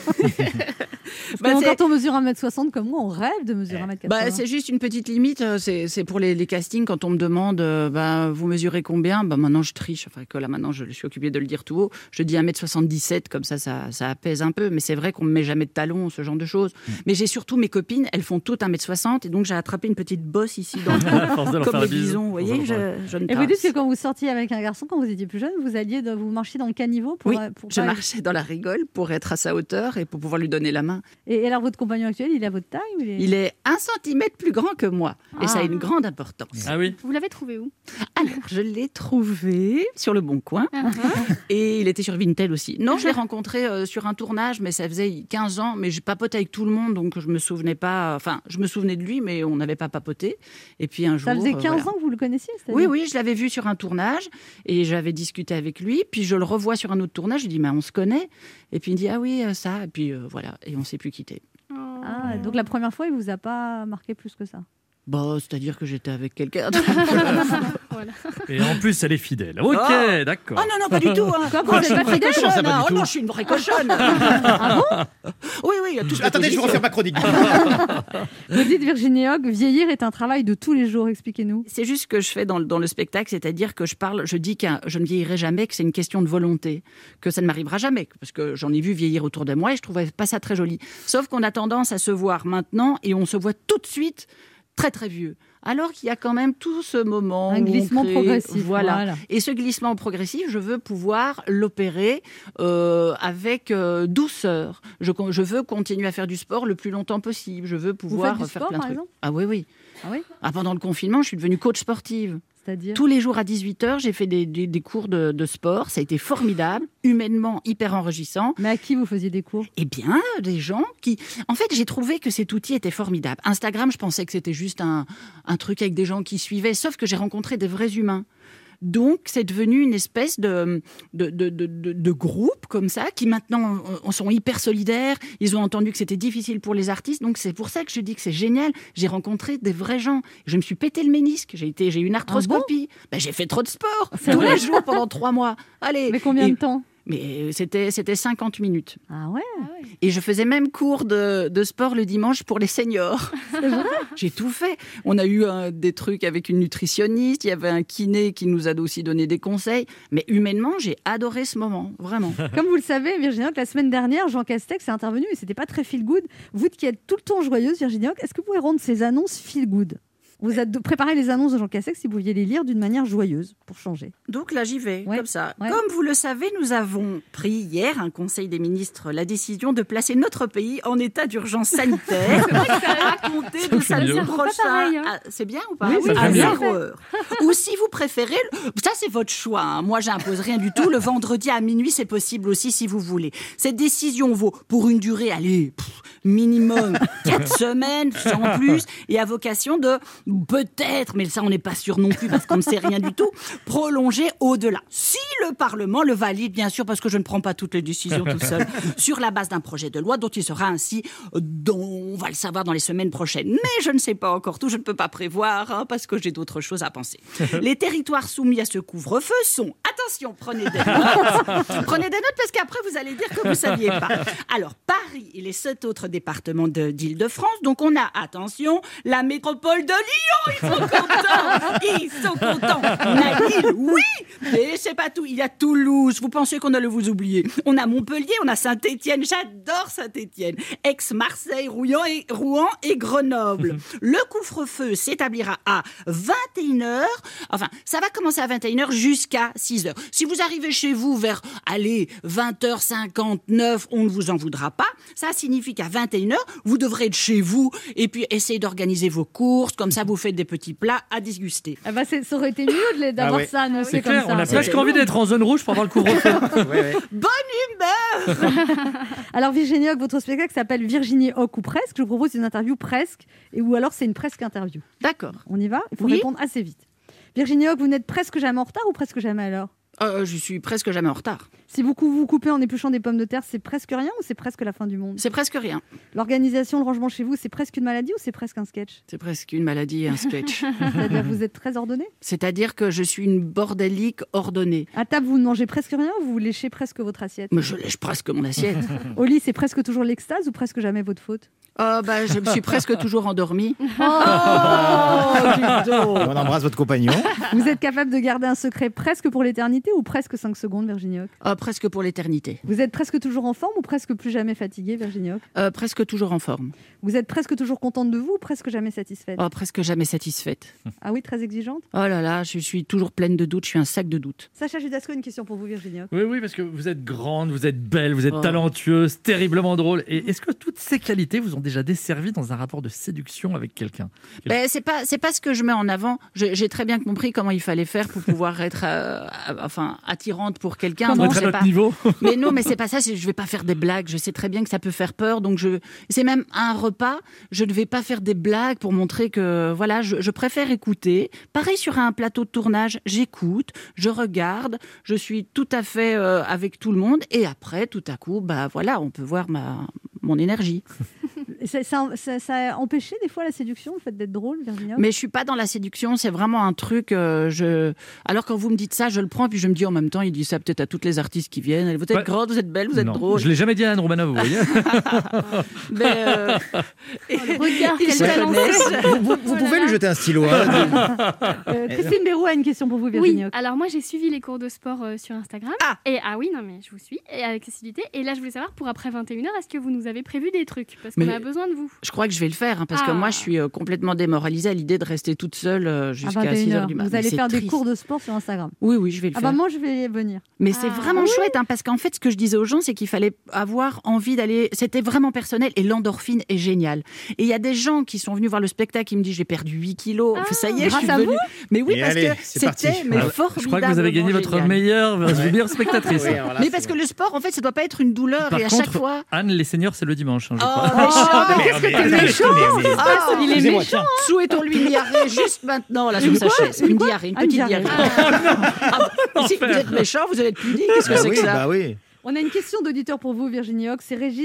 Parce Bah, que c'est- quand on mesure un mètre soixante comme moi, on rêve de mesurer un mètre quatre-vingts. Bah, c'est juste une petite limite. euh, C'est c'est pour les, les castings quand on me demande euh, bah, vous mesurez combien. Bah, maintenant je triche. Enfin que là maintenant je, je suis occupée de le dire tout haut. Je dis un mètre soixante-dix-sept comme ça, ça ça apaise un peu. Mais c'est vrai qu'on me met jamais de talons, ce genre de choses. Mais j'ai surtout mes copines, elles font toutes un mètre soixante et donc j'ai attrapé une petite bosse ici dans le force de leur comme faire les la bise. bisons. Vous voyez, je, je ne Et vous dites trace. que quand vous sortiez avec un garçon, quand vous étiez plus jeune, vous alliez, de- vous marchiez dans le caniveau pour, Oui, euh, pour je pas- marchais dans la rigole pour être à sa hauteur et pour pouvoir lui donner la main. Et alors votre compagnon actuel, il est à votre taille ou il est... Il est un centimètre plus grand que moi et ça a Ah. une grande importance. Ah oui. Vous l'avez trouvé où? Alors, je l'ai trouvé sur le Bon Coin et il était sur Vinted aussi. Non, je l'ai rencontré euh, sur un tournage, mais ça faisait quinze ans, mais je papote avec tout le monde, donc je me souvenais pas. Enfin, je me souvenais de lui, mais on n'avait pas papoté. Et puis un jour. Ça faisait euh, quinze voilà. ans que vous le connaissiez, c'est-à-dire? Oui, oui, je l'avais vu sur un tournage et j'avais discuté avec lui. Puis je le revois sur un autre tournage. Je lui dis, mais on se connaît. Et puis il me dit, ah oui, euh, ça. Et puis euh, voilà. Et on s'est plus quitté. Ah, donc la première fois, il vous a pas marqué plus que ça. Bon, c'est-à-dire que j'étais avec quelqu'un. Et en plus, elle est fidèle. Ok, Oh. d'accord. Ah non, non, pas du tout. Hein. Quoi, Moi, vous je suis êtes une pas vraie fidèle? cochonne. Ça, pas hein. du Oh tout. non, je suis une vraie cochonne. Ah bon? Oui, oui, il y a tout ce Attendez, je vais refaire ma chronique. Vous dites, Virginie Hoc, vieillir est un travail de tous les jours. Expliquez-nous. C'est juste ce que je fais dans, le- dans le spectacle, c'est-à-dire que je parle, je dis que je ne vieillirai jamais, que c'est une question de volonté, que ça ne m'arrivera jamais, parce que j'en ai vu vieillir autour de moi et je trouvais pas ça très joli. Sauf qu'on a tendance à se voir maintenant et on se voit tout de suite très très vieux. Alors qu'il y a quand même tout ce moment. Un où on glissement crée- progressif, Voilà. voilà. Et ce glissement progressif, je veux pouvoir l'opérer euh, avec euh, douceur. Je, con- je veux continuer à faire du sport le plus longtemps possible. Je veux pouvoir faites du faire sport, plein de par trucs. exemple Ah oui, oui. Ah oui? Ah, pendant le confinement, je suis devenue coach sportive. C'est-à-dire? Tous les jours à dix-huit heures, j'ai fait des, des- des cours de, de sport. Ça a été formidable, humainement hyper enrichissant. Mais à qui vous faisiez des cours? Eh bien, des gens qui... En fait, j'ai trouvé que cet outil était formidable. Instagram, je pensais que c'était juste un, un truc avec des gens qui suivaient, sauf que j'ai rencontré des vrais humains. Donc, c'est devenu une espèce de, de, de, de, de- de groupe comme ça, qui maintenant euh, sont hyper solidaires. Ils ont entendu que c'était difficile pour les artistes. Donc, c'est pour ça que je dis que c'est génial. J'ai rencontré des vrais gens. Je me suis pété le ménisque. J'ai été, j'ai eu une arthroscopie. Ben, j'ai fait trop de sport. C'est Tous vrai les jours pendant trois mois. Allez. Mais combien Et- de temps? Mais c'était, c'était cinquante minutes. Ah ouais, Et je faisais même cours de, de sport le dimanche pour les seniors. C'est vrai. J'ai tout fait. On a eu un, des trucs avec une nutritionniste, il y avait un kiné qui nous a aussi donné des conseils. Mais humainement, j'ai adoré ce moment, vraiment. Comme vous le savez, Virginie Hoc, la semaine dernière, Jean Castex est intervenu et c'était pas très feel good. Vous qui êtes tout le temps joyeuse, Virginie Hoc, est-ce que vous pouvez rendre ces annonces feel good? Vous avez préparé les annonces de Jean Castex, si vous pouviez les lire d'une manière joyeuse, pour changer. Donc là, j'y vais, Ouais. comme ça. Ouais. Comme vous le savez, nous avons pris hier, un conseil des ministres, la décision de placer notre pays en état d'urgence sanitaire à compter Ça de fait samedi mieux. prochain. C'est pas pareil, hein. Ah, c'est bien ou pas Oui, ça à fait mieux. zéro heure. Ou si vous préférez, ça c'est votre choix. hein. Moi, j'impose rien du tout. Le vendredi à minuit, c'est possible aussi si vous voulez. Cette décision vaut pour une durée, allez, pff, minimum quatre semaines, sans plus, et à vocation de peut-être, mais ça on n'est pas sûr non plus parce qu'on ne sait rien du tout, prolonger au-delà. Si le Parlement le valide, bien sûr, parce que je ne prends pas toutes les décisions tout seul, sur la base d'un projet de loi dont il sera ainsi, euh, dont on va le savoir dans les semaines prochaines. Mais je ne sais pas encore tout, je ne peux pas prévoir, hein, parce que j'ai d'autres choses à penser. Les territoires soumis à ce couvre-feu sont, attention, prenez des notes, prenez des notes parce qu'après vous allez dire que vous ne saviez pas. Alors, Paris et les sept autres départements de- d'Île-de-France, donc on a, attention, la métropole de Lyon, ils sont contents, ils sont contents. On a Lille, oui, et c'est pas tout, il y a Toulouse, vous pensez qu'on allait vous oublier. On a Montpellier, on a Saint-Étienne, j'adore Saint-Étienne, Aix-Marseille, Rouen et, Rouen et Grenoble. Le couvre-feu s'établira à vingt et une heures, enfin, ça va commencer à vingt et une heures jusqu'à six heures. Si vous arrivez chez vous vers, allez, vingt heures cinquante-neuf, on ne vous en voudra pas. Ça signifie qu'à vingt et une heures, vous devrez être chez vous et puis essayer d'organiser vos courses, comme ça vous faites des petits plats à déguster. Ah bah c'est- ça aurait été mieux de les- d'avoir Ah ouais. ça annoncé C'est comme clair, ça. on a C'est- presque envie d'être en zone rouge pour avoir le couvre-feu. Ouais, ouais. Bonne humeur. Alors Virginie Hoc, votre spectacle s'appelle Virginie Hoc ou presque. Je vous propose une interview presque, et ou alors c'est une presque interview. D'accord. On y va? Il faut Oui. répondre assez vite. Virginie Hoc, vous n'êtes presque jamais en retard ou presque jamais à l'heure? Euh, je suis presque jamais en retard. Si vous cou- vous coupez en épluchant des pommes de terre, c'est presque rien ou c'est presque la fin du monde? C'est presque rien. L'organisation, le rangement chez vous, c'est presque une maladie ou c'est presque un sketch? C'est presque une maladie et un sketch. C'est-à-dire vous êtes très ordonné? C'est-à-dire que je suis une bordélique ordonnée. À table, vous ne mangez presque rien ou vous léchez presque votre assiette? Mais je lèche presque mon assiette. Au lit, c'est presque toujours l'extase ou presque jamais votre faute? Oh, bah, je me suis presque toujours endormie. Oh, dis donc. On embrasse votre compagnon. Vous êtes capable de garder un secret presque pour l'éternité ou presque cinq secondes, Virginie Hoc? Oh, presque pour l'éternité. Vous êtes presque toujours en forme ou presque plus jamais fatiguée, Virginie Hoc? Euh, presque toujours en forme. Vous êtes presque toujours contente de vous ou presque jamais satisfaite? Oh, presque jamais satisfaite. Ah oui, très exigeante. Oh là là, je suis toujours pleine de doutes. Je suis un sac de doutes. Sacha Judasco, une question pour vous, Virginie Hoc. Oui, oui, parce que vous êtes grande, vous êtes belle, vous êtes Oh. talentueuse, terriblement drôle. Et est-ce que toutes ces qualités vous ont déjà desservi dans un rapport de séduction avec quelqu'un? Ben, c'est pas c'est pas ce que je mets en avant. Je- J'ai très bien compris comment il fallait faire pour pouvoir être euh, euh, enfin attirante pour quelqu'un. Pour Non, être à c'est notre pas- niveau. Mais non, mais c'est pas ça. c'est- Je vais pas faire des blagues. Je sais très bien que ça peut faire peur. Donc je c'est même un repas. Je ne vais pas faire des blagues pour montrer que voilà. Je, je préfère écouter. Pareil sur un plateau de tournage, j'écoute, je regarde, je suis tout à fait euh, avec tout le monde. Et après, tout à coup, bah voilà, on peut voir ma mon énergie. Et Ça, ça, ça- ça a empêché des fois la séduction, le fait d'être drôle, Virginie Hoc? Mais je suis pas dans la séduction, c'est vraiment un truc. euh, je... Alors quand vous me dites ça, je le prends, puis je me dis en même temps, il dit ça peut-être à toutes les artistes qui viennent. Vous êtes Ouais. grande, vous êtes belle, vous êtes Non, drôle. je l'ai jamais dit à Anne Romanoff, vous voyez. Mais, euh, Regarde, Ils quel se talent. connaissent. Vous, vous- vous pouvez lui jeter un stylo. hein. Euh, Christine Béroux a une question pour vous, Virginie Oui, Hoc. alors moi j'ai suivi les cours de sport euh, sur Instagram. Ah. Et ah oui, non mais je vous suis, et avec assiduité. Et là je voulais savoir, pour après vingt et une heures, est-ce que vous nous avez prévu des trucs? Parce qu'on Mais- a besoin de vous. Je crois que je vais le faire, hein, parce que Ah. moi, je suis euh, complètement démoralisée à l'idée de rester toute seule euh, À jusqu'à vingt et six une heures heures. du matin. Vous allez Mais c'est faire des triste. cours de sport sur Instagram. Oui, oui, je vais le Ah faire. bah moi, je vais y venir. Mais c'est Ah. vraiment chouette, hein, parce qu'en fait, ce que je disais aux gens, c'est qu'il fallait avoir envie d'aller. C'était vraiment personnel et l'endorphine est géniale. Et il y a des gens qui sont venus voir le spectacle qui me disent j'ai perdu huit kilos. Ah, ça y est, je grâce suis à venue. vous Mais oui, Et parce allez, que c'est parti. c'était mais Ah, formidable. Je crois que vous avez gagné votre meilleure, votre meilleure spectatrice. Oui, alors là, Mais c'est parce que vrai. le sport, en fait, ça doit pas être une douleur. Par et à contre, chaque fois. Anne, les seniors, c'est le dimanche, hein, je Oh, crois. méchant, mais qu'est-ce que mais t'es attendez, méchant mais- mais- Ah, Il est Excusez-moi, méchant. tiens. Souhaitons-lui une diarrhée juste maintenant, là, sur sa chaise. Une diarrhée, une Ah, petite une diarrhée. diarrhée. Ah, bon, si vous êtes méchant, vous allez être pudique. Qu'est-ce que Bah c'est oui, que ça bah oui. On a une question d'auditeur pour vous, Virginie Hoc. C'est Régis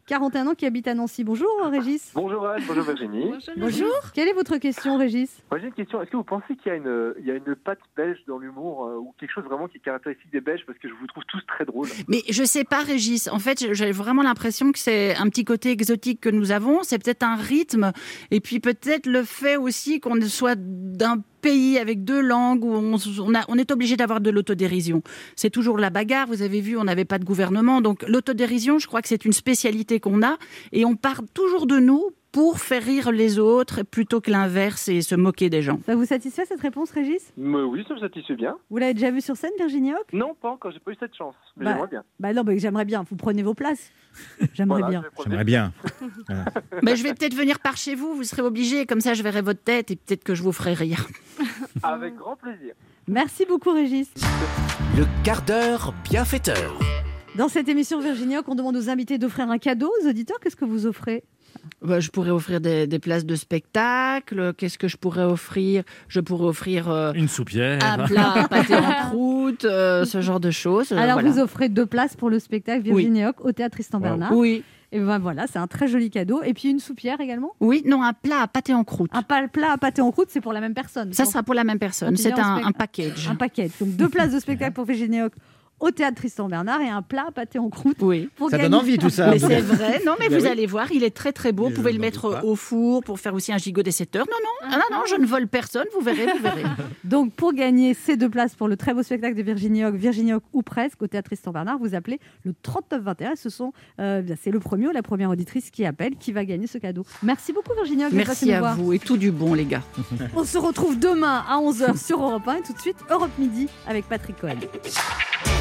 quarante et un ans, qui habite à Nancy. Bonjour Régis. Bonjour Anne, bonjour Virginie. Bonjour. Quelle est votre question Régis? Moi j'ai une question, est-ce que vous pensez qu'il y a une, il y a une patte belge dans l'humour euh, ou quelque chose vraiment qui est caractéristique des Belges, parce que je vous trouve tous très drôles? Mais je sais pas, Régis. En fait, j'ai vraiment l'impression que c'est un petit côté exotique que nous avons. C'est peut-être un rythme, et puis peut-être le fait aussi qu'on soit d'un pays avec deux langues où on, on, a, on est obligé d'avoir de l'autodérision. C'est toujours la bagarre. Vous avez vu, on n'avait pas de gouvernement. Donc l'autodérision, je crois que c'est une spécialité qu'on a, et on part toujours de nous pour faire rire les autres plutôt que l'inverse et se moquer des gens. Ça vous satisfait cette réponse, Régis? Mais oui, ça me satisfait bien. Vous l'avez déjà vu sur scène, Virginie Hoc? Non, pas encore, j'ai pas eu cette chance, mais bah, j'aimerais bien. Bah non, bah, j'aimerais bien, vous prenez vos places. J'aimerais Voilà, bien. J'aimerais bien. Voilà. Bah, je vais peut-être venir par chez vous, vous serez obligés, comme ça je verrai votre tête et peut-être que je vous ferai rire. Avec grand plaisir. Merci beaucoup, Régis. Le quart d'heure bienfaiteur. Dans cette émission Virginie Hoc, on demande aux invités d'offrir un cadeau aux auditeurs. Qu'est-ce que vous offrez? Bah, je pourrais offrir des, des places de spectacle. Qu'est-ce que je pourrais offrir? Je pourrais offrir euh, une soupière, un plat pâté en croûte, euh, ce genre de choses. Alors voilà. vous offrez deux places pour le spectacle Virginie Hoc au Théâtre Tristan Bernard. Oui. Et ben voilà, c'est un très joli cadeau. Et puis une soupière également? Oui, non, un plat à pâté en croûte. Un plat à pâté en croûte, c'est pour la même personne? Ça sera pour la même personne. C'est un, un package. Un package. Donc deux places de spectacle pour Virginie Hoc au Théâtre Tristan Bernard et un plat pâté en croûte. Oui. Pour ça gagner. donne envie tout ça. Mais c'est vrai. Non, mais Ben vous oui. allez voir, il est très très beau. Vous pouvez le mettre au four pour faire aussi un gigot des sept heures. Non, non, ah, non, non, je ne vole personne. Vous verrez, vous verrez. Donc pour gagner ces deux places pour le très beau spectacle de Virginie Hoc, Virginie Hoc ou presque au Théâtre Tristan Bernard, vous appelez le trente-neuf vingt et un. Ce sont, euh, c'est le premier ou la première auditrice qui appelle qui va gagner ce cadeau. Merci beaucoup Virginie Hoc. d'être passée Merci nous à voir. vous et tout du bon, les gars. On se retrouve demain à onze heures sur Europe un et tout de suite Europe Midi avec Patrick Cohen.